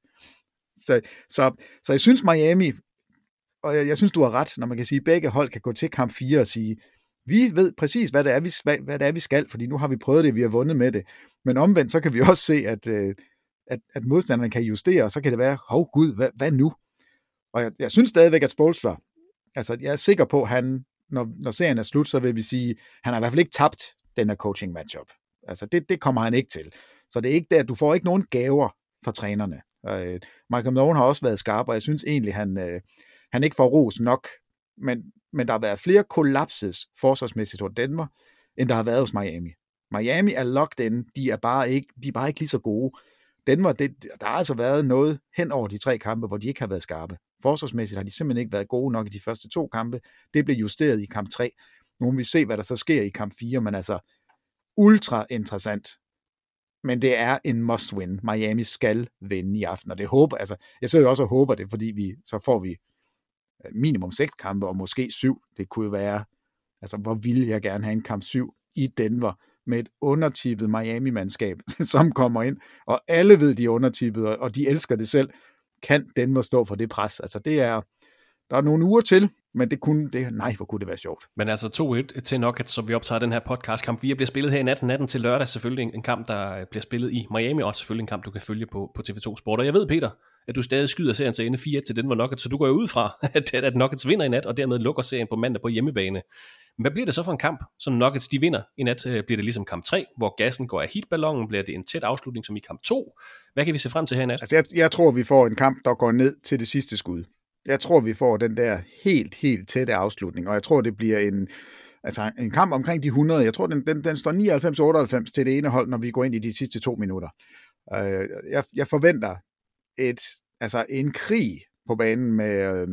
Så jeg synes Miami, og jeg synes du har ret, når man kan sige, at begge hold kan gå til kamp 4 og sige, vi ved præcis, hvad det er, vi skal, fordi nu har vi prøvet det, vi har vundet med det. Men omvendt, så kan vi også se, at modstanderne kan justere, og så kan det være, gud, hvad nu? Og jeg synes stadigvæk, at Spoelstra, altså jeg er sikker på, at han, når serien er slut, så vil vi sige, han har i hvert fald ikke tabt den her coaching matchup. Altså det kommer han ikke til. Så det er ikke der, du får ikke nogen gaver fra trænerne. Michael Malone har også været skarp, og jeg synes egentlig, han ikke får ros nok, men der har været flere kollapses forsvarsmæssigt hos Denver, end der har været hos Miami. Miami er locked in, de er bare ikke lige så gode. Denver, der har altså været noget hen over de 3 kampe, hvor de ikke har været skarpe. Forsvarsmæssigt har de simpelthen ikke været gode nok i de første 2 kampe. Det blev justeret i kamp 3. Nu må vi se, hvad der så sker i kamp 4, men altså ultra interessant. Men det er en must win. Miami skal vinde i aften, og det håber, altså jeg sidder jo også og håber det, fordi så får vi minimum 6 kampe, og måske 7. Det kunne være, altså hvor ville jeg gerne have en kamp 7 i Denver, med et undertippet Miami-mandskab, som kommer ind, og alle ved, de er undertippet, og de elsker det selv. Kan Denver stå for det pres? Altså der er nogle uger til, men hvor kunne det være sjovt. Men altså 2-1 til Nuggets, som vi optager den her podcast. Kamp 4 bliver spillet her i natten til lørdag. Selvfølgelig en kamp, der bliver spillet i Miami, og selvfølgelig en kamp, du kan følge på TV2 Sport. Og jeg ved, Peter, at du stadig skyder serien til ende 4 til Denver Nuggets, så du går jo ud fra, at Nuggets vinder i nat, og dermed lukker serien på mandag på hjemmebane. Men hvad bliver det så for en kamp, som Nuggets de vinder i nat? Bliver det ligesom kamp 3, hvor gassen går af heatballonen? Bliver det en tæt afslutning som i kamp 2? Hvad kan vi se frem til her i nat? Altså jeg tror, vi får en kamp, der går ned til det sidste skud. Jeg tror, vi får den der helt tætte afslutning, og jeg tror, det bliver en kamp omkring de 100. Jeg tror, den står 99-98 til det ene hold, når vi går ind i de sidste 2 minutter. Jeg forventer en krig på banen med,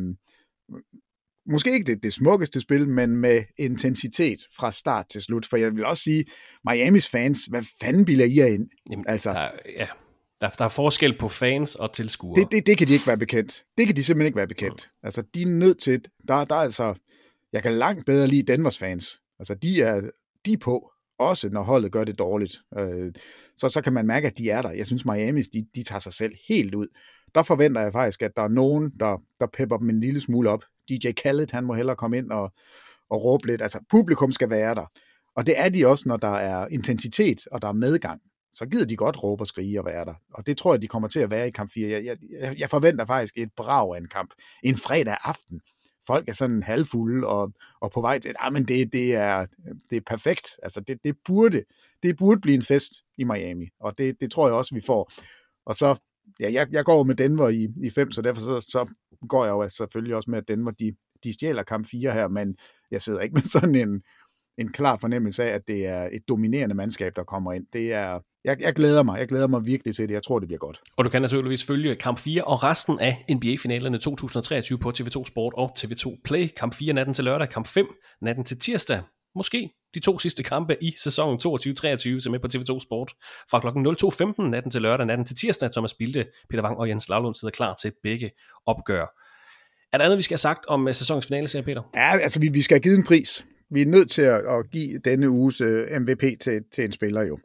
måske ikke det smukkeste spil, men med intensitet fra start til slut. For jeg vil også sige, Miamis fans, hvad fanden bilder I jer ind? Jamen, altså, der er forskel på fans og tilskuere. Det kan de ikke være bekendt. Det kan de simpelthen ikke være bekendt. Altså, de er nødt til, der er altså, jeg kan langt bedre lide Denvers fans. Altså, de er på, også når holdet gør det dårligt. Så kan man mærke, at de er der. Jeg synes, Miamis, de tager sig selv helt ud. Der forventer jeg faktisk, at der er nogen, der pepper dem en lille smule op. DJ Khaled, han må hellere komme ind og råbe lidt. Altså, publikum skal være der. Og det er de også, når der er intensitet, og der er medgang. Så gider de godt råbe og skrige og være der. Og det tror jeg, de kommer til at være i kamp 4. Jeg forventer faktisk et brag af en kamp. En fredag aften. Folk er sådan halvfulde og på vej til, men det er perfekt. Altså det burde blive en fest i Miami. Og det tror jeg også, vi får. Og så, jeg går med Denver i 5, så derfor så går jeg jo selvfølgelig også med, at Denver, de stjæler kamp 4 her, men jeg sidder ikke med sådan en klar fornemmelse af, at det er et dominerende mandskab, der kommer ind. Det er, jeg glæder mig virkelig til det. Jeg tror, det bliver godt. Og du kan naturligvis følge kamp 4 og resten af NBA-finalerne 2023 på TV2 Sport og TV2 Play. Kamp 4 natten til lørdag, kamp 5 natten til tirsdag. Måske de 2 sidste kampe i sæsonen 22-23, som er på TV2 Sport. Fra kl. 02.15 natten til lørdag, natten til tirsdag, Thomas Bilde, Peter Wang og Jens Laulund sidder klar til begge opgør. Er der andet, vi skal have sagt om sæsonens finale, siger Peter? Ja, altså vi skal have givet en pris. Vi er nødt til at give denne uges MVP til en spiller jo.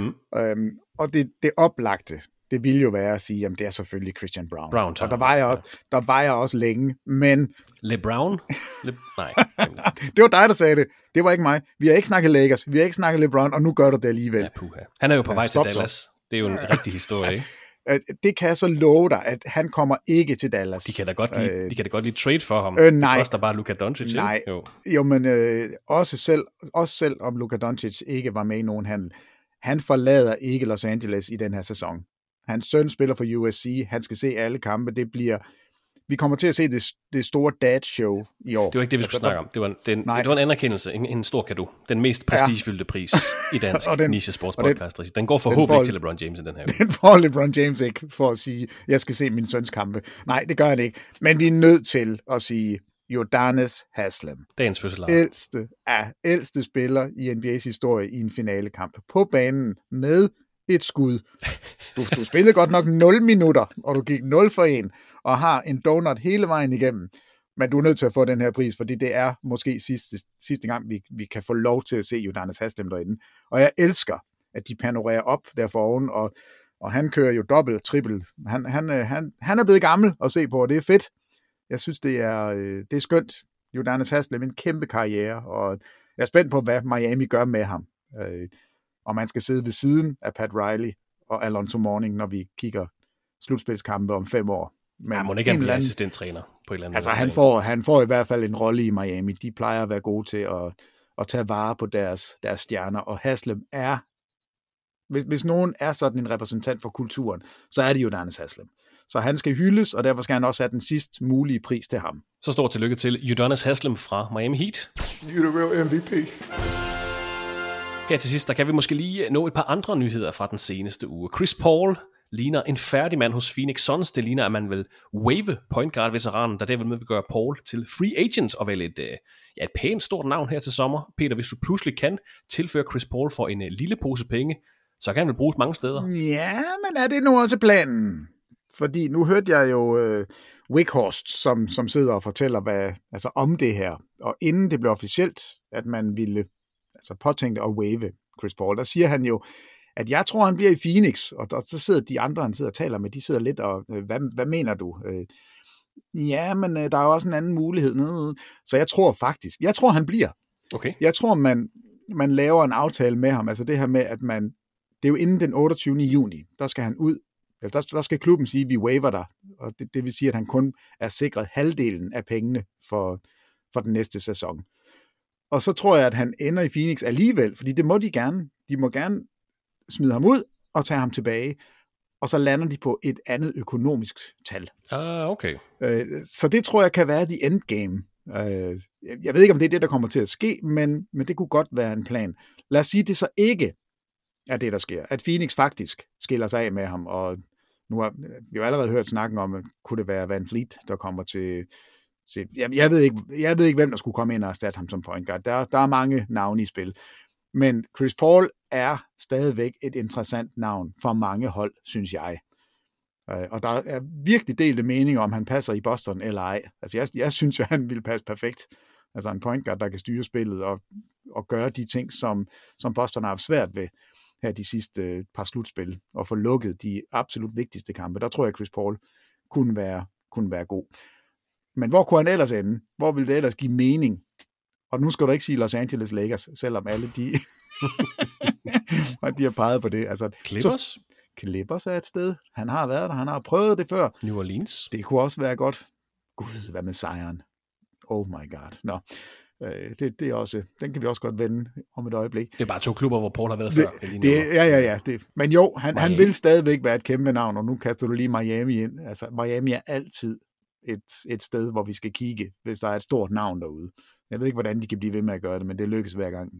Og det oplagte, det ville jo være at sige, jamen det er selvfølgelig Christian Brown. Og der var jeg også længe, men... LeBron? Nej. Det var dig, der sagde det. Det var ikke mig. Vi har ikke snakket Lakers, vi har ikke snakket LeBron, og nu gør du det alligevel. Ja, puha. Han er jo på vej til Dallas. Det er jo en rigtig historie, ikke? Det kan jeg så love dig, at han kommer ikke til Dallas. De kan da godt lide trade for ham. Nej. Det koster bare Luka Doncic. Nej. Jo, men også selv om Luka Doncic ikke var med i nogen handel. Han forlader ikke Los Angeles i den her sæson. Hans søn spiller for USC. Han skal se alle kampe. vi kommer til at se det store dad-show i år. Det var ikke det, vi skulle snakke om. Det var en anerkendelse, en stor cadeau. Den mest prestigefyldte pris i dansk niche-sportspodcast. Den går forhåbentlig ikke til LeBron James i den her uge. Den får LeBron James ikke for at sige, jeg skal se min søns kampe. Nej, det gør han ikke. Men vi er nødt til at sige Udonis Haslem. Dagens fødselar. Ældste spiller i NBA's historie i en finalekamp. På banen med et skud. Du spillede godt nok 0 minutter, og du gik 0 for 1, og har en donut hele vejen igennem. Men du er nødt til at få den her pris, fordi det er måske sidste gang, vi kan få lov til at se Udonis Haslem derinde. Og jeg elsker, at de panorerer op der foroven, og han kører jo dobbelt, trippel. Han er blevet gammel at se på, og det er fedt. Jeg synes, det er skønt. Udonis Haslem, en kæmpe karriere, og jeg er spændt på, hvad Miami gør med ham. Og man skal sidde ved siden af Pat Riley og Alonzo Mourning, når vi kigger slutspilskampe om 5 år. Men må ikke han blive assistenttræner på et eller andet altså, han får i hvert fald en rolle i Miami. De plejer at være gode til at tage vare på deres stjerner, og Haslem er, hvis nogen er sådan en repræsentant for kulturen, så er det Udonis Haslem. Så han skal hyldes, og derfor skal han også have den sidst mulige pris til ham. Så stort tillykke til Udonis Haslem fra Miami Heat. You're the real MVP. Her til sidst, der kan vi måske lige nå et par andre nyheder fra den seneste uge. Chris Paul ligner en færdig mand hos Phoenix Suns. Det ligner, at man vil waive point guard-veteranen, der derved vil gøre Paul til free agent og vælge et pænt stort navn her til sommer. Peter, hvis du pludselig kan tilføre Chris Paul for en lille pose penge, så kan han vel bruges mange steder. Ja, men er det nu også planen? Fordi nu hørte jeg jo Wickhorst, som sidder og fortæller om det her. Og inden det blev officielt, at man ville påtænke at waive Chris Paul, der siger han jo, at jeg tror, han bliver i Phoenix. Og så sidder de andre, han sidder og taler med, de sidder lidt og, hvad mener du? Ja, men der er jo også en anden mulighed. Så jeg tror han bliver. Okay. Jeg tror, man laver en aftale med ham. Altså det her med, at det er jo inden den 28. juni, der skal han ud. Der skal klubben sige, at vi waiver dig, og det vil sige, at han kun er sikret halvdelen af pengene for den næste sæson. Og så tror jeg, at han ender i Phoenix alligevel, fordi det må de gerne. De må gerne smide ham ud og tage ham tilbage, og så lander de på et andet økonomisk tal. Okay. Så det tror jeg kan være the endgame. Jeg ved ikke, om det er det, der kommer til at ske, men det kunne godt være en plan. Lad os sige, at det så ikke er det, der sker. At Phoenix faktisk skiller sig af med ham, og nu har vi jo allerede hørt snakken om, at kunne det være Van Fleet, der kommer til jeg ved ikke, hvem der skulle komme ind og erstatte ham som point guard. Der er mange navne i spil. Men Chris Paul er stadigvæk et interessant navn for mange hold, synes jeg. Og der er virkelig delte meninger, om han passer i Boston eller ej. Altså jeg synes jo, han ville passe perfekt. Altså en point guard, der kan styre spillet og gøre de ting, som Boston har haft svært ved her de sidste par slutspil, og få lukket de absolut vigtigste kampe. Der tror jeg, Chris Paul kunne være god. Men hvor kunne han ellers ende? Hvor ville det ellers give mening? Og nu skal du ikke sige Los Angeles Lakers, selvom alle de har peget på det. Altså, Clippers? Clippers er et sted. Han har været der, han har prøvet det før. New Orleans? Det kunne også være godt. Gud, hvad med sejren? Oh my god. Nå. Det er også, den kan vi også godt vende om et øjeblik. Det er bare 2 klubber, hvor Paul har været før. Ja. Men jo, han vil stadigvæk være et kæmpe navn, og nu kaster du lige Miami ind. Altså, Miami er altid et sted, hvor vi skal kigge, hvis der er et stort navn derude. Jeg ved ikke, hvordan de kan blive ved med at gøre det, men det lykkes hver gang.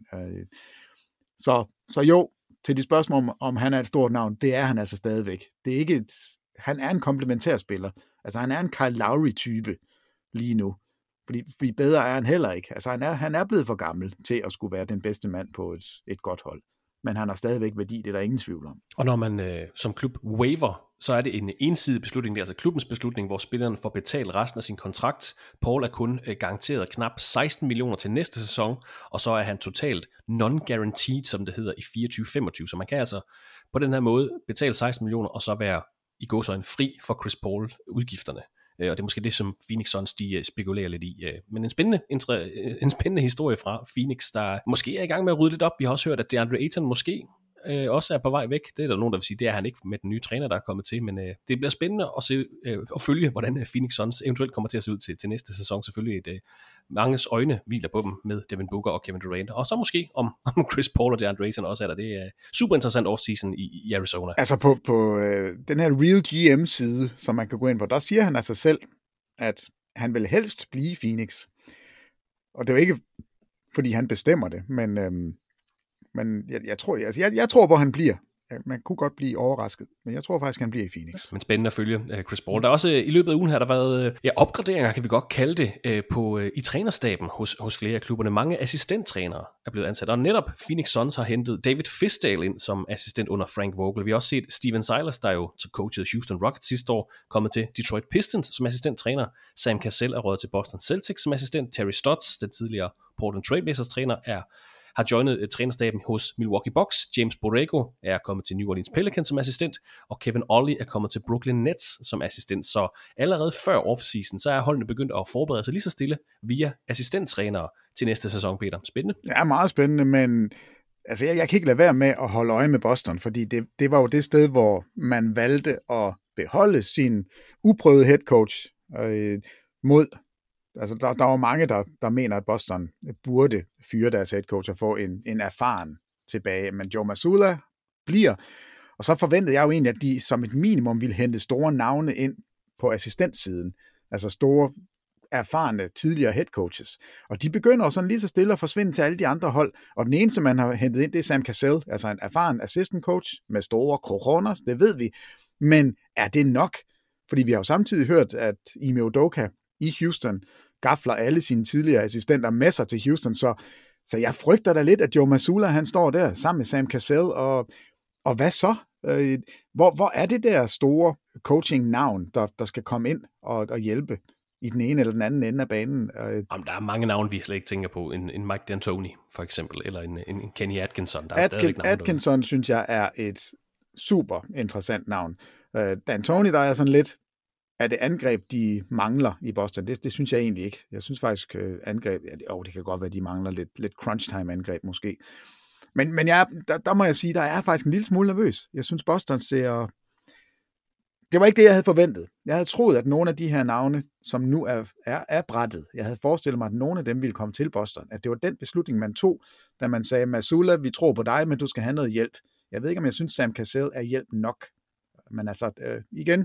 Så jo, til de spørgsmål om han er et stort navn, det er han altså stadigvæk. Det er ikke han er en komplementær spiller. Altså, han er en Kyle Lowry-type lige nu. Fordi bedre er han heller ikke. Altså, han er blevet for gammel til at skulle være den bedste mand på et godt hold. Men han har stadigvæk værdi, det er der ingen tvivl om. Og når man som klub waiver, så er det en ensidig beslutning, det er altså klubbens beslutning, hvor spilleren får betalt resten af sin kontrakt. Paul er kun garanteret knap 16 millioner til næste sæson, og så er han totalt non-guaranteed, som det hedder, i 24-25. Så man kan altså på den her måde betale 16 millioner, og så være i gåseøjne fri for Chris Paul udgifterne. Og det er måske det, som Phoenix Suns de spekulerer lidt i. Men en spændende historie fra Phoenix, der måske er i gang med at rydde lidt op. Vi har også hørt, at DeAndre Ayton måske også er på vej væk. Det er der nogen, der vil sige, det er han ikke med den nye træner, der er kommet til. Men det bliver spændende at følge, hvordan Phoenix Suns eventuelt kommer til at se ud til næste sæson. Selvfølgelig manges øjne hviler på dem med Devin Booker og Kevin Durant. Og så måske om Chris Paul og DeAndre Ayton også er der. Det er super interessant offseason i Arizona. Altså på den her Real GM-side, som man kan gå ind på, der siger han altså selv, at han vil helst blive i Phoenix. Og det er jo ikke, fordi han bestemmer det, men jeg tror på, at han bliver. Man kunne godt blive overrasket, men jeg tror faktisk, han bliver i Phoenix. Men spændende at følge Chris Paul. Der er også i løbet af ugen her, der har været opgraderinger, kan vi godt kalde det, i trænerstaben hos flere af klubberne. Mange assistenttrænere er blevet ansat, og netop Phoenix Suns har hentet David Fizdale ind som assistent under Frank Vogel. Vi har også set Steven Silas, der jo coachede Houston Rockets sidste år, kommet til Detroit Pistons som assistenttræner. Sam Cassell er røget til Boston Celtics som assistent. Terry Stotts, den tidligere Portland Trail Blazers træner, har joinet trænerstaben hos Milwaukee Bucks. James Borrego er kommet til New Orleans Pelicans som assistent, og Kevin Ollie er kommet til Brooklyn Nets som assistent. Så allerede før offseason, så er holdene begyndt at forberede sig lige så stille via assistenttrænere til næste sæson, Peter. Spændende. Ja, meget spændende, men altså, jeg kan ikke lade være med at holde øje med Boston, fordi det var jo det sted, hvor man valgte at beholde sin uprøvede head coach mod. Altså, der var mange, der mener, at Boston burde fyre deres head coach og få en erfaren tilbage. Men Joe Mazzulla bliver. Og så forventede jeg jo egentlig, at de som et minimum ville hente store navne ind på assistentsiden. Altså store, erfarne, tidligere head coaches. Og de begynder også sådan lige så stille at forsvinde til alle de andre hold. Og den eneste, man har hentet ind, det er Sam Cassell. Altså en erfaren assistant coach med store kroner, det ved vi. Men er det nok? Fordi vi har jo samtidig hørt, at Ime Udoka i Houston gafler alle sine tidligere assistenter med sig til Houston, så jeg frygter da lidt, at Joe Mazzulla, han står der sammen med Sam Cassell, og hvad så? Hvor er det der store coaching-navn, der skal komme ind og hjælpe i den ene eller den anden ende af banen? Jamen, der er mange navne, vi slet ikke tænker på. En Mike D'Antoni, for eksempel, eller en Kenny Atkinson. Der er stadigvæk navn. Atkinson, synes jeg, er et super interessant navn. D'Antoni, der er sådan lidt, er det angreb, de mangler i Boston? Det synes jeg egentlig ikke. Jeg synes faktisk, angreb, det kan godt være, de mangler lidt crunch-time-angreb måske. Men der må jeg sige, der er faktisk en lille smule nervøs. Jeg synes, Boston ser. Det var ikke det, jeg havde forventet. Jeg havde troet, at nogle af de her navne, som nu er brættet, jeg havde forestillet mig, at nogle af dem ville komme til Boston. At det var den beslutning, man tog, da man sagde, Mazzulla, vi tror på dig, men du skal have noget hjælp. Jeg ved ikke, om jeg synes, Sam Cassell er hjælp nok. Men altså, igen,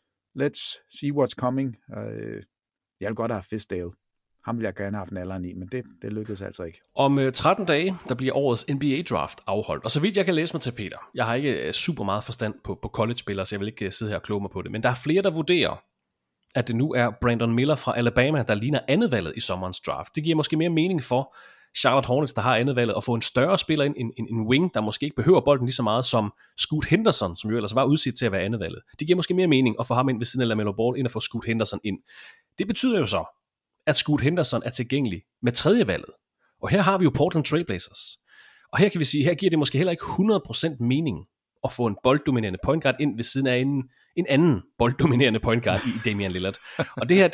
let's see what's coming. Jeg vil godt have Fizdale. Ham vil jeg gerne have haft en alderen i, men det lykkedes altså ikke. Om 13 dage, der bliver årets NBA-draft afholdt. Og så vidt jeg kan læse mig til, Peter, jeg har ikke super meget forstand på college-spillere, så jeg vil ikke sidde her og kloge mig på det. Men der er flere, der vurderer, at det nu er Brandon Miller fra Alabama, der ligner andetvalget i sommerens draft. Det giver måske mere mening for Charlotte Hornets, der har andetvalget, at få en større spiller ind, en wing, der måske ikke behøver bolden lige så meget som Scoot Henderson, som jo ellers var udset til at være andetvalget. Det giver måske mere mening at få ham ind ved siden af LaMelo Ball, end at få Scoot Henderson ind. Det betyder jo så, at Scoot Henderson er tilgængelig med tredjevalget. Og her har vi jo Portland Trail Blazers. Og her kan vi sige, her giver det måske heller ikke 100% mening at få en bolddominerende point guard ind ved siden af en anden bolddominerende point guard i Damian Lillard. Og det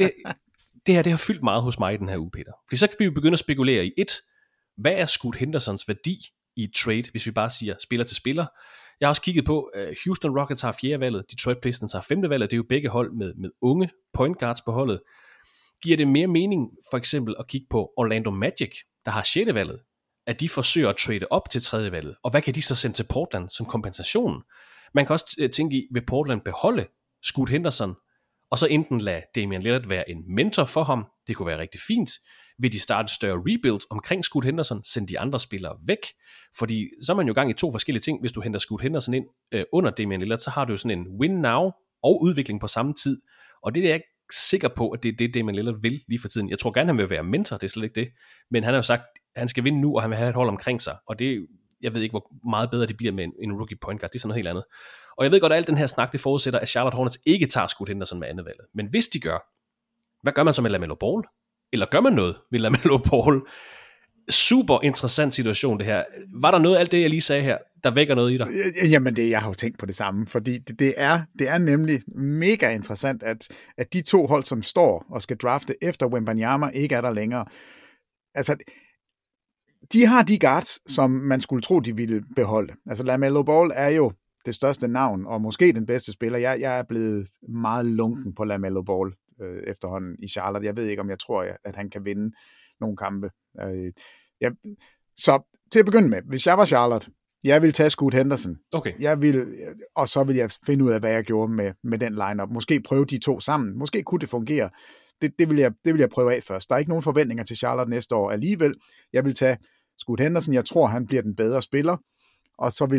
her har fyldt meget hos mig i den her uge, Peter. Fordi så kan vi jo begynde at spekulere i hvad er Scoot Hendersons værdi i et trade, hvis vi bare siger spiller til spiller. Jeg har også kigget på, Houston Rockets har 4. valget, Detroit Pistons har 5. valget, det er jo begge hold med unge point guards på holdet. Giver det mere mening for eksempel at kigge på Orlando Magic, der har 6. valget, at de forsøger at trade op til 3. valget, og hvad kan de så sende til Portland som kompensation? Man kan også tænke i, vil Portland beholde Scoot Henderson, og så enten lade Damian Lillard være en mentor for ham, det kunne være rigtig fint. Vil de starte et større rebuild omkring Scoot Henderson, sende de andre spillere væk? Fordi så er man jo gang i 2 forskellige ting. Hvis du henter Scoot Henderson ind under Damian Lillard, så har du jo sådan en win now og udvikling på samme tid. Og det er jeg ikke sikker på, at det er det, Damian Lillard vil lige for tiden. Jeg tror gerne, han vil være mentor, det er slet ikke det. Men han har jo sagt, at han skal vinde nu, og han vil have et hold omkring sig. Og det, jeg ved ikke, hvor meget bedre det bliver med en rookie point guard. Det er sådan noget helt andet. Og jeg ved godt, at al den her snak, det forudsætter, at Charlotte Hornets ikke tager Scoot Henderson med andet valget. Men hvis de gør, hvad gør man så med LaMelo Ball? Eller gør man noget med LaMelo Ball? Super interessant situation det her. Var der noget af alt det, jeg lige sagde her, der vækker noget i dig? Jamen, jeg har jo tænkt på det samme, fordi det er nemlig mega interessant, at de 2 hold, som står og skal drafte efter Wembanyama, ikke er der længere. Altså, de har de guards, som man skulle tro, de ville beholde. Altså, LaMelo Ball er jo det største navn, og måske den bedste spiller. Jeg er blevet meget lunken på LaMelo Ball efterhånden i Charlotte. Jeg ved ikke, om jeg tror, at han kan vinde nogle kampe. Så til at begynde med, hvis jeg var Charlotte, jeg ville tage Scoot Henderson. Okay. Og så ville jeg finde ud af, hvad jeg gjorde med den lineup. Måske prøve de 2 sammen. Måske kunne det fungere. Det vil jeg prøve af først. Der er ikke nogen forventninger til Charlotte næste år alligevel. Jeg vil tage Scoot Henderson. Jeg tror, han bliver den bedre spiller. Og så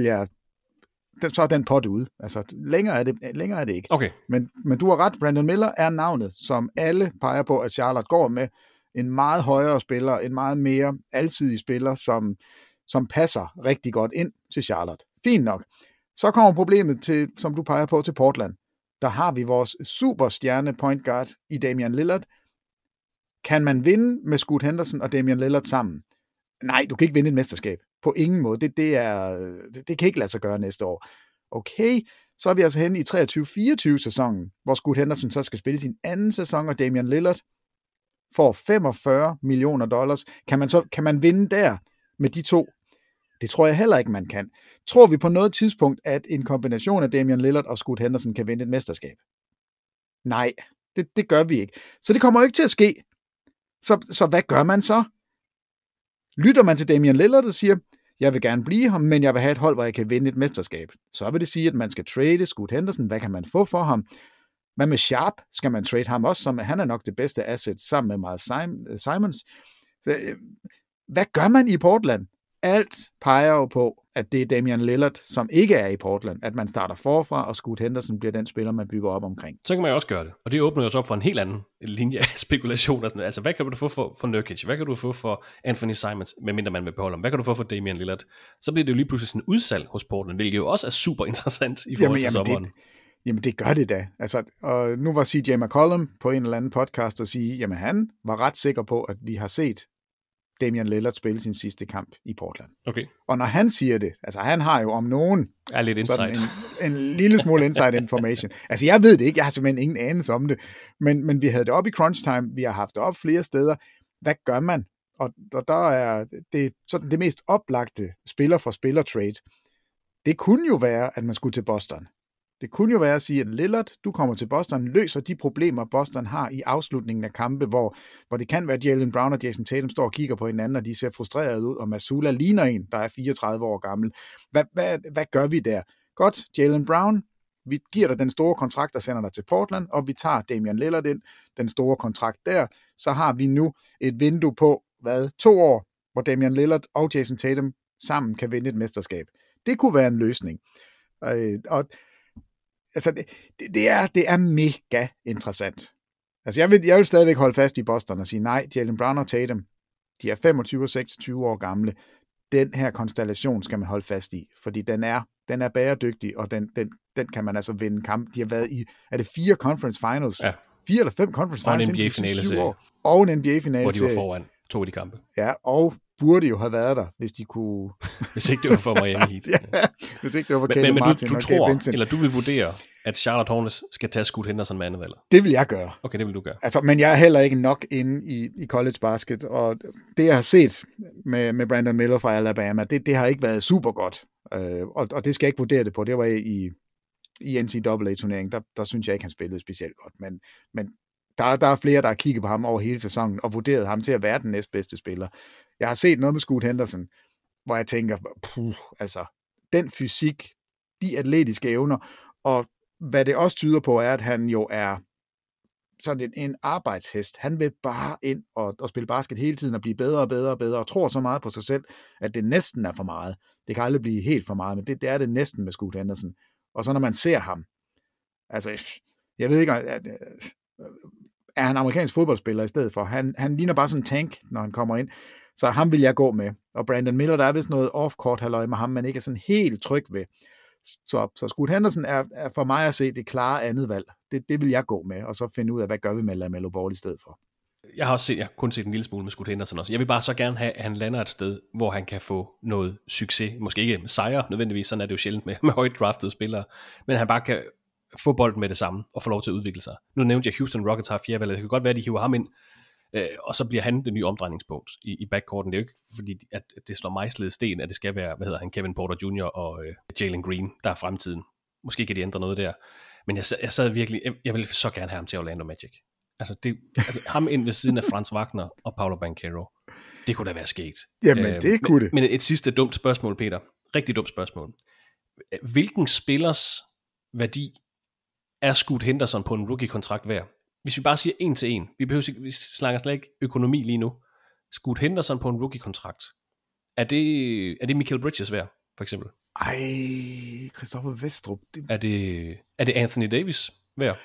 er den pot ude. Altså, længere er det ikke. Okay. Men du har ret. Brandon Miller er navnet, som alle peger på, at Charlotte går med. En meget højere spiller, en meget mere alsidig spiller, som passer rigtig godt ind til Charlotte. Fint nok. Så kommer problemet til, som du peger på, til Portland. Der har vi vores superstjerne point guard i Damian Lillard. Kan man vinde med Scoot Henderson og Damian Lillard sammen? Nej, du kan ikke vinde et mesterskab. På ingen måde. Det kan ikke lade sig gøre næste år. Okay, så er vi altså henne i 23-24 sæsonen, hvor Scoot Henderson så skal spille sin anden sæson, og Damian Lillard får $45 million. Kan man vinde der med de to? Det tror jeg heller ikke, man kan. Tror vi på noget tidspunkt, at en kombination af Damian Lillard og Scoot Henderson kan vinde et mesterskab? Nej, det gør vi ikke. Så det kommer jo ikke til at ske. Så hvad gør man så? Lytter man til Damian Lillard og siger, jeg vil gerne blive ham, men jeg vil have et hold, hvor jeg kan vinde et mesterskab. Så vil det sige, at man skal trade Scoot Henderson. Hvad kan man få for ham? Hvad med Sharp? Skal man trade ham også? Han er nok det bedste asset sammen med Miles Simons. Hvad gør man i Portland? Alt peger jo på, at det er Damian Lillard, som ikke er i Portland, at man starter forfra, og Scoot Henderson bliver den spiller, man bygger op omkring. Så kan man jo også gøre det, og det åbner jo så op for en helt anden linje af spekulationer. Altså, hvad kan du få for Nurkic? Hvad kan du få for Anthony Simons, medmindre man vil beholde ham? Hvad kan du få for Damian Lillard? Så bliver det jo lige pludselig sådan en udsalg hos Portland, hvilket jo også er super interessant i forhold til sommeren. Jamen det gør det da. Altså, og nu var CJ McCollum på en eller anden podcast og sige, jamen han var ret sikker på, at vi har set Damian Lillard spille sin sidste kamp i Portland. Okay. Og når han siger det, altså han har jo om nogen lidt insight. En lille smule inside information. Altså jeg ved det ikke, jeg har simpelthen ingen anelse om det, men vi havde det op i crunch time, vi har haft det op flere steder. Hvad gør man? Og der er det sådan det mest oplagte spiller for spiller trade. Det kunne jo være, at man skulle til Boston. Det kunne jo være at sige, at Lillard, du kommer til Boston, løser de problemer, Boston har i afslutningen af kampe, hvor det kan være, at Jaylen Brown og Jason Tatum står og kigger på hinanden, og de ser frustreret ud, og Mazzulla ligner en, der er 34 år gammel. Hvad gør vi der? Godt, Jaylen Brown, vi giver dig den store kontrakt, der sender dig til Portland, og vi tager Damian Lillard ind, den store kontrakt der. Så har vi nu et vindue på, 2 år, hvor Damian Lillard og Jason Tatum sammen kan vinde et mesterskab. Det kunne være en løsning. Og altså, det er mega interessant. Altså, jeg vil stadigvæk holde fast i Boston og sige, nej, Jaylen Brown og Tatum, de er 25 og 26 år gamle. Den her konstellation skal man holde fast i, fordi den er bæredygtig, og den kan man altså vinde kamp. De har været i, er det 4 conference finals? Ja. 4 eller 5 conference finals? Og en NBA-finale. Og en NBA-finale. Hvor de var foran 2 af de kampe. Ja, og burde jo have været der, hvis de kunne... hvis ikke det var for Miami Heat. Ja, hvis ikke det var for Caleb Martin du tror, Vincent. Eller du vil vurdere, at Charlotte Hornets skal tage Scoot Henderson med andet valg? Det vil jeg gøre. Okay, det vil du gøre. Altså, men jeg er heller ikke nok inde i college basket, og det jeg har set med Brandon Miller fra Alabama, det har ikke været super godt. Og det skal jeg ikke vurdere det på. Det var i NCAA-turneringen, der synes jeg ikke, han spillede specielt godt. Men der er flere, der har kigget på ham over hele sæsonen, og vurderet ham til at være den næstbedste spiller. Jeg har set noget med Scoot Henderson, hvor jeg tænker, altså, den fysik, de atletiske evner, og hvad det også tyder på, er, at han jo er sådan en arbejdshest. Han vil bare ind og spille basket hele tiden, og blive bedre og bedre og bedre, og tror så meget på sig selv, at det næsten er for meget. Det kan aldrig blive helt for meget, men det er det næsten med Scoot Henderson. Og så når man ser ham, altså, jeg ved ikke, er han amerikansk fodboldspiller i stedet for. Han ligner bare sådan en tank, når han kommer ind. Så ham vil jeg gå med. Og Brandon Miller, der er vist noget off-court halløj med ham, man ikke er sådan helt tryg ved. Så Scoot Henderson er for mig at se det klare andet valg. Det vil jeg gå med, og så finde ud af, hvad gør vi med LaMelo Ball i stedet for. Jeg har kun set en lille smule med Scoot Henderson også. Jeg vil bare så gerne have, at han lander et sted, hvor han kan få noget succes. Måske ikke sejre nødvendigvis, sådan er det jo sjældent med højt draftede spillere, men han bare kan få bolden med det samme, og få lov til at udvikle sig. Nu nævnte jeg, Houston Rockets har 4 valg. Det kan godt være, at de hiver ham ind, og så bliver han det nye omdrejningspunkt i backcourten. Det er jo ikke fordi, at det slår mejslet i sten, at det skal være, Kevin Porter Jr. og Jalen Green, der er fremtiden. Måske kan de ændre noget der. Men jeg sad virkelig, jeg ville så gerne have ham til Orlando Magic. Altså, ham ind ved siden af Franz Wagner og Paolo Banchero. Det kunne da være sket. Jamen, det kunne det. Men et sidste dumt spørgsmål, Peter. Rigtig dumt spørgsmål. Hvilken spillers værdi er Scoot Henderson på en rookie-kontrakt værd? hvis vi bare siger en til en, vi snakker slet ikke økonomi lige nu. Scoot Henderson på en rookie-kontrakt. Er det Michael Bridges værd, for eksempel? Christoffer Vestrup. Er det Anthony Davis værd?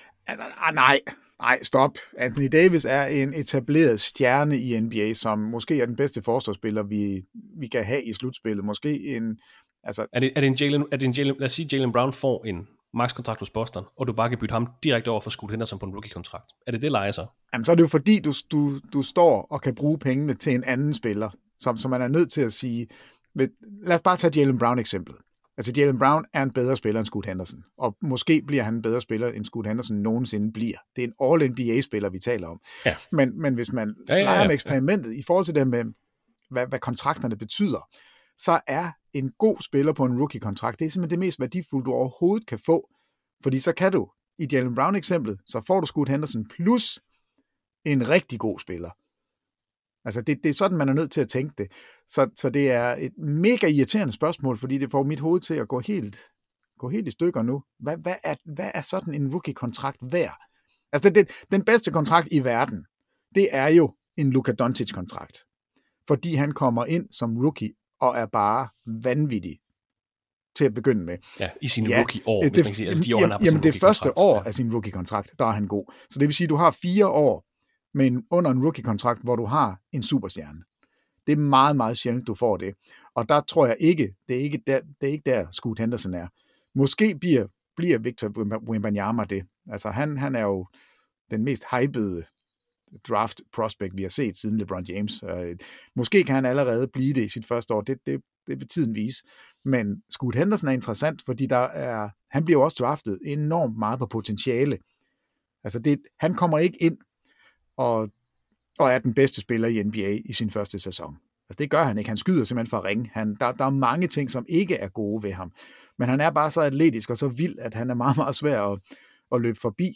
Nej, stop. Anthony Davis er en etableret stjerne i NBA, som måske er den bedste forsvarsspiller, vi kan have i slutspillet. Måske en... Altså, er det en Jalen, lad os sige, Jalen Brown får en max-kontrakt hos Boston, og du bare kan bytte ham direkte over for Scoot Henderson på en rookie-kontrakt. Er det lejer så? Jamen, så er det jo fordi, du står og kan bruge pengene til en anden spiller, som man er nødt til at sige... Lad os bare tage Jalen Brown eksempel. Altså, Jalen Brown er en bedre spiller end Scoot Henderson, og måske bliver han en bedre spiller, end Scoot Henderson nogensinde bliver. Det er en All-NBA-spiller, vi taler om. Ja. Men hvis man leger med eksperimentet i forhold til det med, hvad kontrakterne betyder, så er en god spiller på en rookie-kontrakt, det er simpelthen det mest værdifulde, du overhovedet kan få. Fordi så kan du, i Jalen Brown-eksemplet, så får du Scoot Henderson plus en rigtig god spiller. Altså, det er sådan, man er nødt til at tænke det. Så det er et mega irriterende spørgsmål, fordi det får mit hoved til at gå helt i stykker nu. Hvad er sådan en rookie-kontrakt værd? Altså, den bedste kontrakt i verden, det er jo en Luka Doncic-kontrakt. Fordi han kommer ind som rookie og er bare vanvittig til at begynde med. Ja, i sine rookie-år. Det første år af sin rookie-kontrakt, der er han god. Så det vil sige, at du har 4 år under en rookie-kontrakt, hvor du har en superstjerne. Det er meget, meget sjældent, du får det. Og der tror jeg ikke, det er ikke der Scoot Henderson er. Måske bliver Victor Wembanyama det. Altså, han er jo den mest hypede draft prospect, vi har set siden LeBron James. Måske kan han allerede blive det i sit første år. Det vil tiden vise. Men Scoot Henderson er interessant, fordi han bliver også draftet enormt meget på potentiale. Altså, han kommer ikke ind og er den bedste spiller i NBA i sin første sæson. Altså, det gør han ikke. Han skyder simpelthen for ring. Der er mange ting, som ikke er gode ved ham. Men han er bare så atletisk og så vild, at han er meget, meget svær at løbe forbi.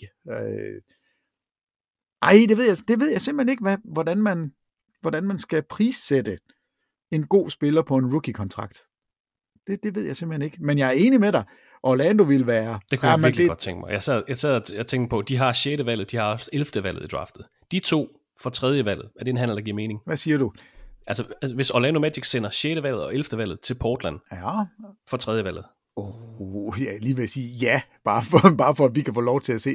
Det ved jeg simpelthen ikke, hvordan man skal prissætte en god spiller på en rookie-kontrakt. Det ved jeg simpelthen ikke. Men jeg er enig med dig. Orlando vil være... Det kunne jeg virkelig godt tænke mig. Jeg sad og tænkte på, de har 6. valget, de har også 11. valget i draftet. De 2 for 3. valget, er det en handel, der giver mening? Hvad siger du? Altså hvis Orlando Magic sender 6. valget og 11. valget til Portland for 3. valget. Jeg lige vil sige ja, bare for at vi kan få lov til at se.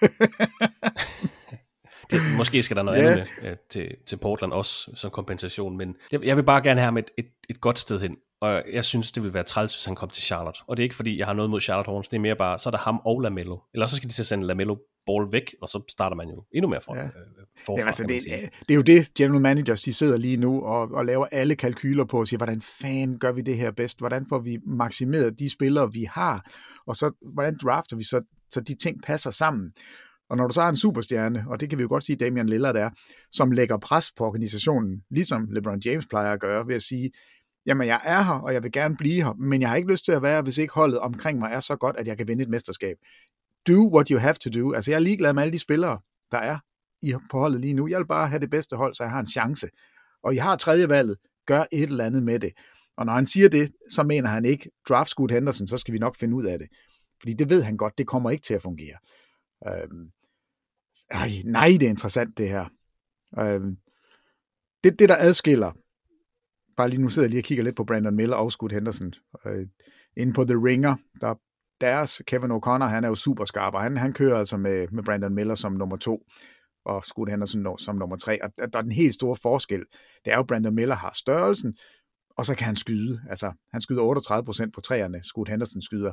Måske skal der noget andet med, til Portland også som kompensation, men jeg vil bare gerne have ham et godt sted hen, og jeg synes, det vil være træls, hvis han kom til Charlotte. Og det er ikke, fordi jeg har noget mod Charlotte Hornets, det er mere bare, så er der ham og LaMelo. Eller så skal de til at sende LaMelo ball væk, og så starter man jo endnu mere forfra. Altså, det er jo det, general managers, de sidder lige nu og laver alle kalkyler på og siger, hvordan fanden gør vi det her bedst? Hvordan får vi maksimeret de spillere, vi har? Og så, hvordan drafter vi så de ting passer sammen? Og når du så har en superstjerne, og det kan vi jo godt sige, Damian Lillard er, som lægger pres på organisationen, ligesom LeBron James plejer at gøre, ved at sige, jamen jeg er her, og jeg vil gerne blive her, men jeg har ikke lyst til at være, hvis ikke holdet omkring mig er så godt, at jeg kan vinde et mesterskab. Do what you have to do. Altså jeg er ligeglad med alle de spillere, der er på holdet lige nu. Jeg vil bare have det bedste hold, så jeg har en chance. Og I har 3. valget, gør et eller andet med det. Og når han siger det, så mener han ikke, draft Scoot Henderson, så skal vi nok finde ud af det. Fordi det ved han godt, det kommer ikke til at fungere. Nej, det er interessant det her. Det der adskiller, bare lige nu sidder jeg lige og kigger lidt på Brandon Miller og Scoot Henderson. Inde på The Ringer, deres Kevin O'Connor, han er jo super skarp, og han kører altså med Brandon Miller som nummer 2, og Scoot Henderson som nummer 3. Og der er den helt store forskel. Det er jo, Brandon Miller har størrelsen, og så kan han skyde. Altså, han skyder 38% på træerne. Scoot Henderson skyder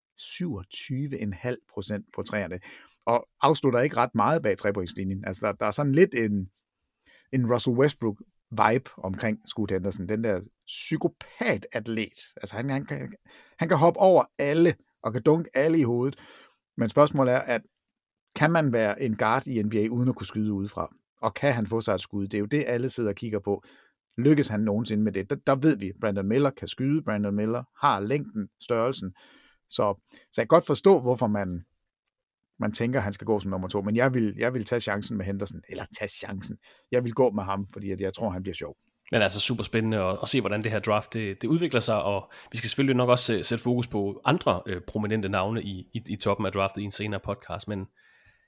27,5% på træerne. Og afslutter ikke ret meget bag trepointslinjen. Altså, der er sådan lidt en Russell Westbrook-vibe omkring Scoot Henderson. Den der psykopat-atlet. Altså, han kan hoppe over alle, og kan dunke alle i hovedet. Men spørgsmålet er, at kan man være en guard i NBA, uden at kunne skyde udefra? Og kan han få sig et skud? Det er jo det, alle sidder og kigger på. Lykkes han nogensinde med det? Der ved vi, Brandon Miller kan skyde. Brandon Miller har længden, størrelsen. Så jeg kan godt forstå, hvorfor man tænker, at han skal gå som nummer 2, men jeg vil tage chancen med Henderson, eller tage chancen. Jeg vil gå med ham, fordi jeg tror, han bliver sjov. Men altså super spændende at se, hvordan det her draft det udvikler sig, og vi skal selvfølgelig nok også sætte fokus på andre prominente navne i toppen af draftet i en senere podcast, men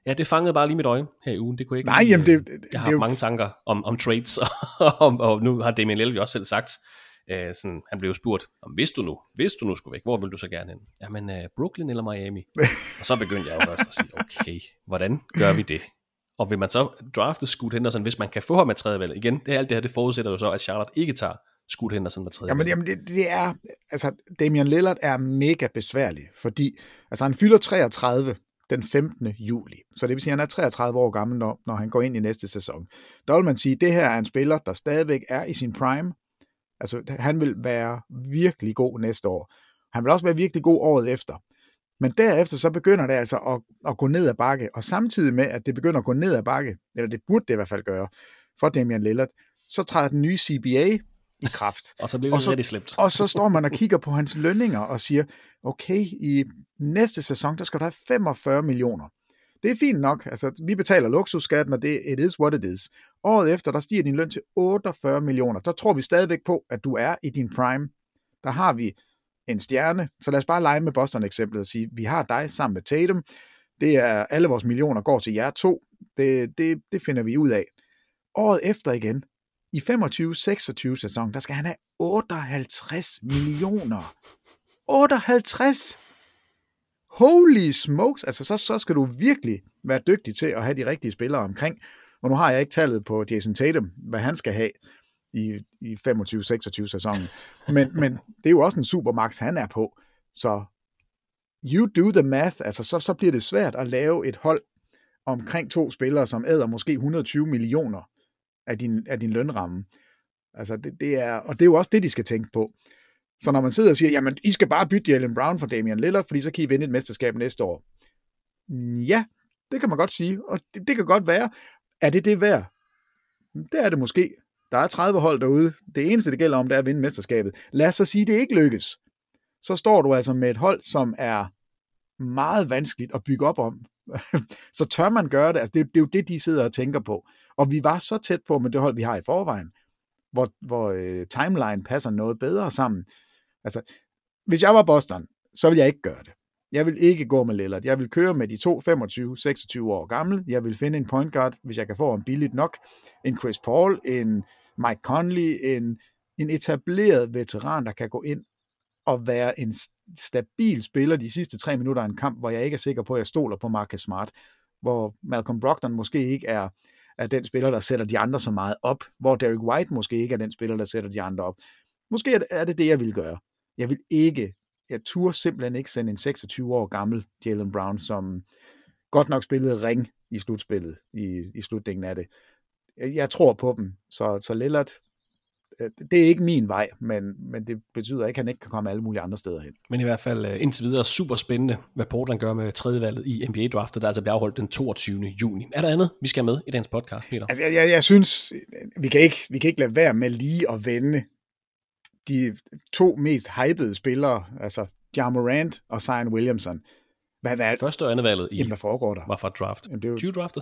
Ja, det fangede bare lige mit øje her i ugen. Det kunne ikke. Nej, jamen jeg har mange tanker om trades, og nu har Damian Lillard jo også selv sagt, sådan, han blev jo spurgt, hvis du nu skulle væk, hvor vil du så gerne hen? Jamen, Brooklyn eller Miami? Og så begyndte jeg jo først at sige, okay, hvordan gør vi det? Og vil man så drafte Scoot Henderson, hvis man kan få ham med tredje valg? Igen, alt det her, det forudsætter jo så, at Charlotte ikke tager Scoot Henderson med tredje valg. Jamen det er, altså Damian Lillard er mega besværlig, fordi altså han fylder 33 den 15. juli. Så det vil sige, at han er 33 år gammel, når han går ind i næste sæson. Der vil man sige, at det her er en spiller, der stadigvæk er i sin prime. Altså, han vil være virkelig god næste år. Han vil også være virkelig god året efter. Men derefter så begynder det altså at gå ned ad bakke, og samtidig med, at det begynder at gå ned ad bakke, eller det burde det i hvert fald gøre, for Damian Lillard, så træder den nye CBA i kraft. Og så bliver det rigtig slemt. Og så står man og kigger på hans lønninger og siger, okay, i næste sæson, der skal du have 45 millioner. Det er fint nok. Altså, vi betaler luksusskatten, og it is what it is. Året efter, der stiger din løn til 48 millioner. Der tror vi stadigvæk på, at du er i din prime. Der har vi en stjerne. Så lad os bare lege med Boston-eksemplet og sige, vi har dig sammen med Tatum. Det er, alle vores millioner går til jer to. Det finder vi ud af. Året efter igen, i 25-26 sæson, der skal han have 58 millioner. 58! Holy smokes! Altså, så skal du virkelig være dygtig til at have de rigtige spillere omkring. Og nu har jeg ikke tallet på Jason Tatum, hvad han skal have i 25-26 sæsonen. Men det er jo også en supermax, han er på. Så you do the math. Altså, så bliver det svært at lave et hold omkring to spillere, som æder måske 120 millioner af din lønramme. Altså, det er jo også det, de skal tænke på. Så når man sidder og siger, jamen, I skal bare bytte Jaylen Brown for Damian Lillard, fordi så kan I vinde et mesterskab næste år. Ja, det kan man godt sige, og det kan godt være. Er det værd? Det er det måske. Der er 30 hold derude. Det eneste, det gælder om, det er at vinde mesterskabet. Lad os så sige, det ikke lykkes. Så står du altså med et hold, som er meget vanskeligt at bygge op om. Så tør man gøre det. Altså, det er jo det, de sidder og tænker på. Og vi var så tæt på med det hold, vi har i forvejen, hvor timeline passer noget bedre sammen. Altså, hvis jeg var Boston, så ville jeg ikke gøre det. Jeg vil ikke gå med Lillard. Jeg vil køre med de to 25-26 år gamle. Jeg vil finde en point guard, hvis jeg kan få en billigt nok. En Chris Paul, en Mike Conley, en etableret veteran, der kan gå ind og være en stabil spiller de sidste 3 minutter af en kamp, hvor jeg ikke er sikker på, at jeg stoler på Marcus Smart. Hvor Malcolm Brogdon måske ikke er den spiller, der sætter de andre så meget op. Hvor Derrick White måske ikke er den spiller, der sætter de andre op. Måske er det det, jeg vil gøre. Jeg turde simpelthen ikke sende en 26 år gammel Jaylen Brown, som godt nok spillede ring i slutspillet, i slutningen af det. Jeg tror på dem, så Lillard, det er ikke min vej, men det betyder ikke, at han ikke kan komme alle mulige andre steder hen. Men i hvert fald indtil videre super spændende, hvad Portland gør med tredjevalget i NBA-draftet, der altså bliver afholdt den 22. juni. Er der andet, vi skal med i dagens podcast, Peter? Altså, jeg synes, vi kan ikke lade være med lige at vende de to mest hypede spillere, altså Ja Morant og Zion Williamson. Hvad første og andet valget i? Hvad foregår der? Hvad for draft? 20 draftet?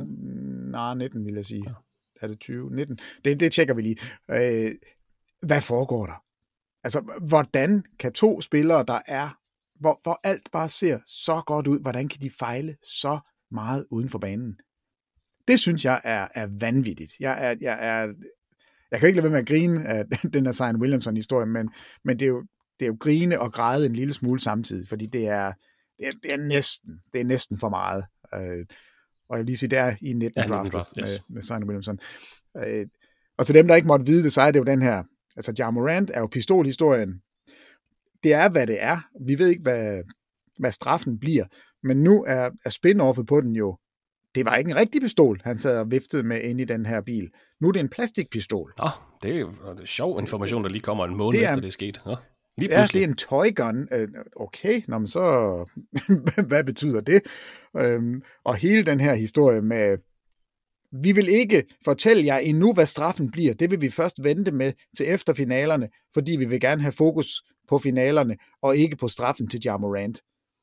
Nej, 19 vil jeg sige. Ja. Er det 20? 19? Det tjekker vi lige. Hvad foregår der? Altså, hvordan kan to spillere, der er, hvor alt bare ser så godt ud, hvordan kan de fejle så meget uden for banen? Det synes jeg er vanvittigt. Jeg kan ikke lade være med at grine af den her Zion Williamson-historie, men det er jo grine og græde en lille smule samtidig, fordi det er næsten for meget. Og jeg vil lige sige, det er i 19 draft med Zion Williamson. Og til dem, der ikke måtte vide det, så er det jo den her, altså Ja Morant er jo pistolhistorien. Det er, hvad det er. Vi ved ikke, hvad straffen bliver, men nu er spin-offet på den jo, det var ikke en rigtig pistol, han sad og viftede med inde i den her bil. Nu er det en plastikpistol. Det er jo sjov information, der lige kommer en måned efter det er sket. Det er en toy gun. Okay, men så hvad betyder det? Og hele den her historie med, vi vil ikke fortælle jer endnu, hvad straffen bliver. Det vil vi først vente med til efter finalerne, fordi vi vil gerne have fokus på finalerne, og ikke på straffen til Ja Morant.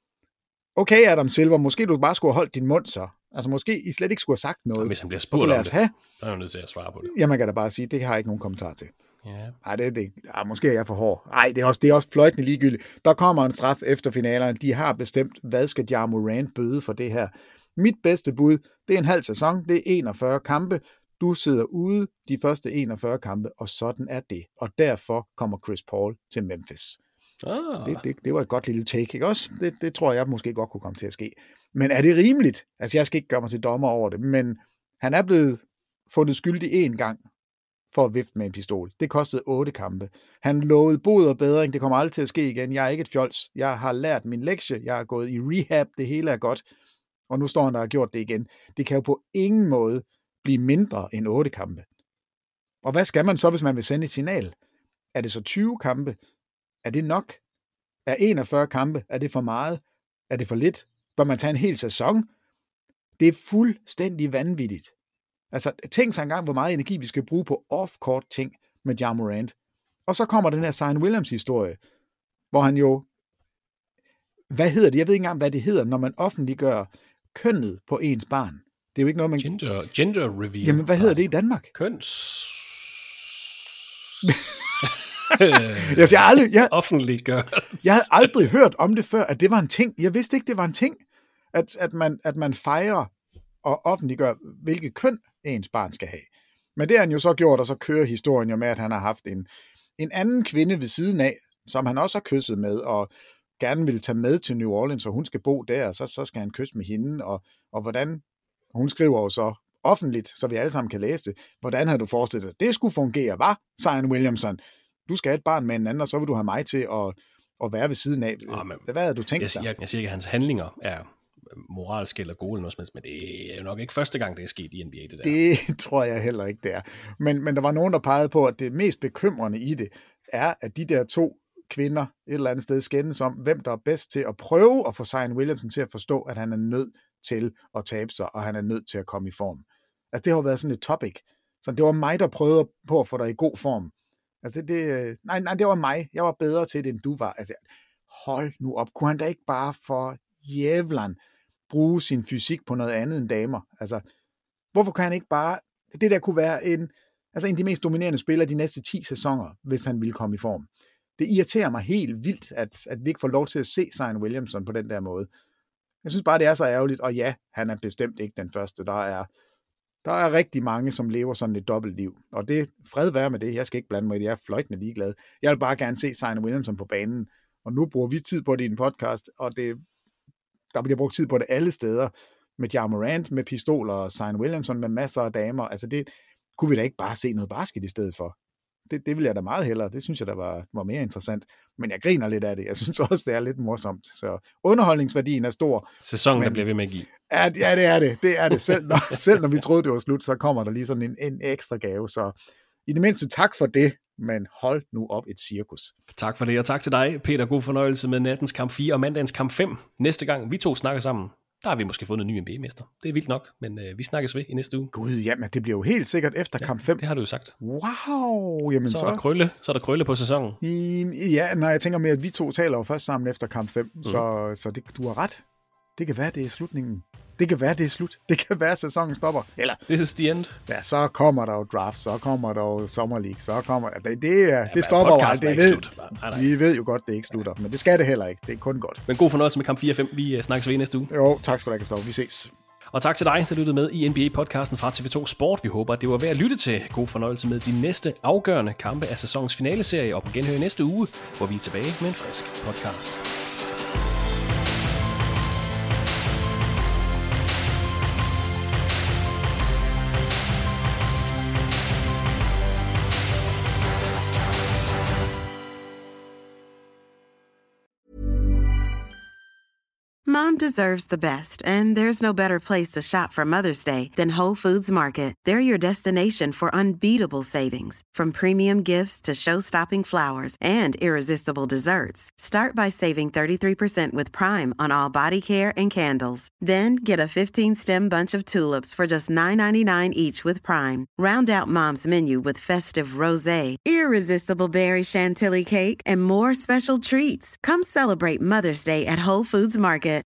Okay, Adam Silver, måske du bare skulle have holdt din mund så. Altså måske I slet ikke skulle have sagt noget. Og hvis han bliver spurgt om det, så er jeg nødt til at svare på det. Jamen, man kan da bare sige, det har jeg ikke nogen kommentar til. Ja. Nej, måske er jeg for hård. Nej, det er også fløjtende ligegyldigt. Der kommer en straf efter finalerne. De har bestemt, hvad skal Ja Morant bøde for det her. Mit bedste bud, det er en halv sæson, det er 41 kampe. Du sidder ude de første 41 kampe, og sådan er det. Og derfor kommer Chris Paul til Memphis. Det var et godt lille take, ikke også? Det tror jeg måske godt kunne komme til at ske. Men er det rimeligt? Altså, jeg skal ikke gøre mig til dommer over det, men han er blevet fundet skyldig 1 gang for at vifte med en pistol. Det kostede 8 kampe. Han lovede bod og bedring. Det kommer aldrig til at ske igen. Jeg er ikke et fjols. Jeg har lært min lektie. Jeg er gået i rehab. Det hele er godt. Og nu står han der og har gjort det igen. Det kan jo på ingen måde blive mindre end 8 kampe. Og hvad skal man så, hvis man vil sende et signal? Er det så 20 kampe? Er det nok? Er 41 kampe? Er det for meget? Er det for lidt? Bør man tage en hel sæson? Det er fuldstændig vanvittigt. Altså, tænk sig engang, hvor meget energi vi skal bruge på off-court ting med Ja Morant. Og så kommer den her Zion Williams-historie, hvor han jo... Hvad hedder det? Jeg ved ikke engang, hvad det hedder, når man offentliggør kønnet på ens barn. Det er jo ikke noget, man... Gender reveal. Jamen, hvad hedder det i Danmark? Køns... offentliggør. Jeg havde aldrig hørt om det før, at det var en ting. Jeg vidste ikke, det var en ting, at man fejrer og offentliggør, hvilket køn ens barn skal have. Men det har han jo så gjort, og så kører historien jo med, at han har haft en anden kvinde ved siden af, som han også har kysset med, og gerne vil tage med til New Orleans, så hun skal bo der, og så skal han kysse med hende, og hvordan, hun skriver jo så offentligt, så vi alle sammen kan læse det, hvordan havde du forestillet dig, det skulle fungere, var Zion Williamson? Du skal have et barn med en anden, og så vil du have mig til at være ved siden af. Hvad havde du tænkt dig? Jeg siger ikke, at hans handlinger er moralske eller gode eller noget som helst, men det er jo nok ikke første gang, det er sket i NBA, det der. Det tror jeg heller ikke, det er. Men der var nogen, der pegede på, at det mest bekymrende i det, er, at de der 2 kvinder et eller andet sted skændes om, hvem der er bedst til at prøve at få Zion Williamson til at forstå, at han er nødt til at tabe sig, og han er nødt til at komme i form. Altså, det har jo været sådan et topic. Så det var mig, der prøvede på at få dig i god form. Altså, nej, det var mig. Jeg var bedre til det, end du var. Altså, hold nu op. Kunne han da ikke bare for jævlen bruge sin fysik på noget andet end damer? Altså, hvorfor kan han ikke bare... Det der kunne være en af de mest dominerende spillere de næste 10 sæsoner, hvis han ville komme i form. Det irriterer mig helt vildt, at vi ikke får lov til at se Zion Williamson på den der måde. Jeg synes bare, det er så ærgerligt, og ja, han er bestemt ikke den første. Der er rigtig mange, som lever sådan et dobbeltliv, og det fred være med det. Jeg skal ikke blande mig i det, jeg er fløjtende ligeglad. Jeg vil bare gerne se Zion Williamson på banen, og nu bruger vi tid på det i en podcast, og der bliver brugt tid på det alle steder, med Ja Morant, med pistoler, og Zion Williamson med masser af damer. Altså det kunne vi da ikke bare se noget basket i stedet for. Det vil jeg da meget hellere. Det synes jeg, der var mere interessant. Men jeg griner lidt af det. Jeg synes også, det er lidt morsomt. Så underholdningsværdien er stor. Sæsonen, der bliver ved med at give. Ja, det er det. Det er det. Selv når vi troede, det var slut, så kommer der lige sådan en ekstra gave. Så i det mindste tak for det. Men hold nu op et cirkus. Tak for det, og tak til dig, Peter. God fornøjelse med nattens kamp 4 og mandagens kamp 5. Næste gang vi 2 snakker sammen, der har vi måske fundet en ny NBA-mester. Det er vildt nok, men vi snakkes ved i næste uge. Gud, jamen det bliver jo helt sikkert efter kamp 5. Det har du jo sagt. Wow! Jamen så er der krølle på sæsonen. Ja, når jeg tænker mere, at vi 2 taler jo først sammen efter kamp 5, så du har ret. Det kan være, det er slutningen. Det kan være, det er slut. Det kan være, sæsonen stopper. Eller, this is the end. Ja, så kommer der jo draft, så kommer der jo Summer League, så kommer det stopper jo aldrig. Vi ved jo godt, det ikke slutter, men det skal det heller ikke. Det er kun godt. Men god fornøjelse med kamp 4-5. Vi snakkes ved næste uge. Jo, tak skal du have, Kristoffer. Vi ses. Og tak til dig, der lyttede med i NBA-podcasten fra TV2 Sport. Vi håber, at det var værd at lytte til. God fornøjelse med de næste afgørende kampe af sæsonens finaleserie, og på genhør næste uge, hvor vi er tilbage med en frisk podcast. Mom deserves the best, and there's no better place to shop for Mother's Day than Whole Foods Market. They're your destination for unbeatable savings, from premium gifts to show-stopping flowers and irresistible desserts. Start by saving 33% with Prime on all body care and candles. Then get a 15-stem bunch of tulips for just $9.99 each with Prime. Round out Mom's menu with festive rosé, irresistible berry chantilly cake, and more special treats. Come celebrate Mother's Day at Whole Foods Market.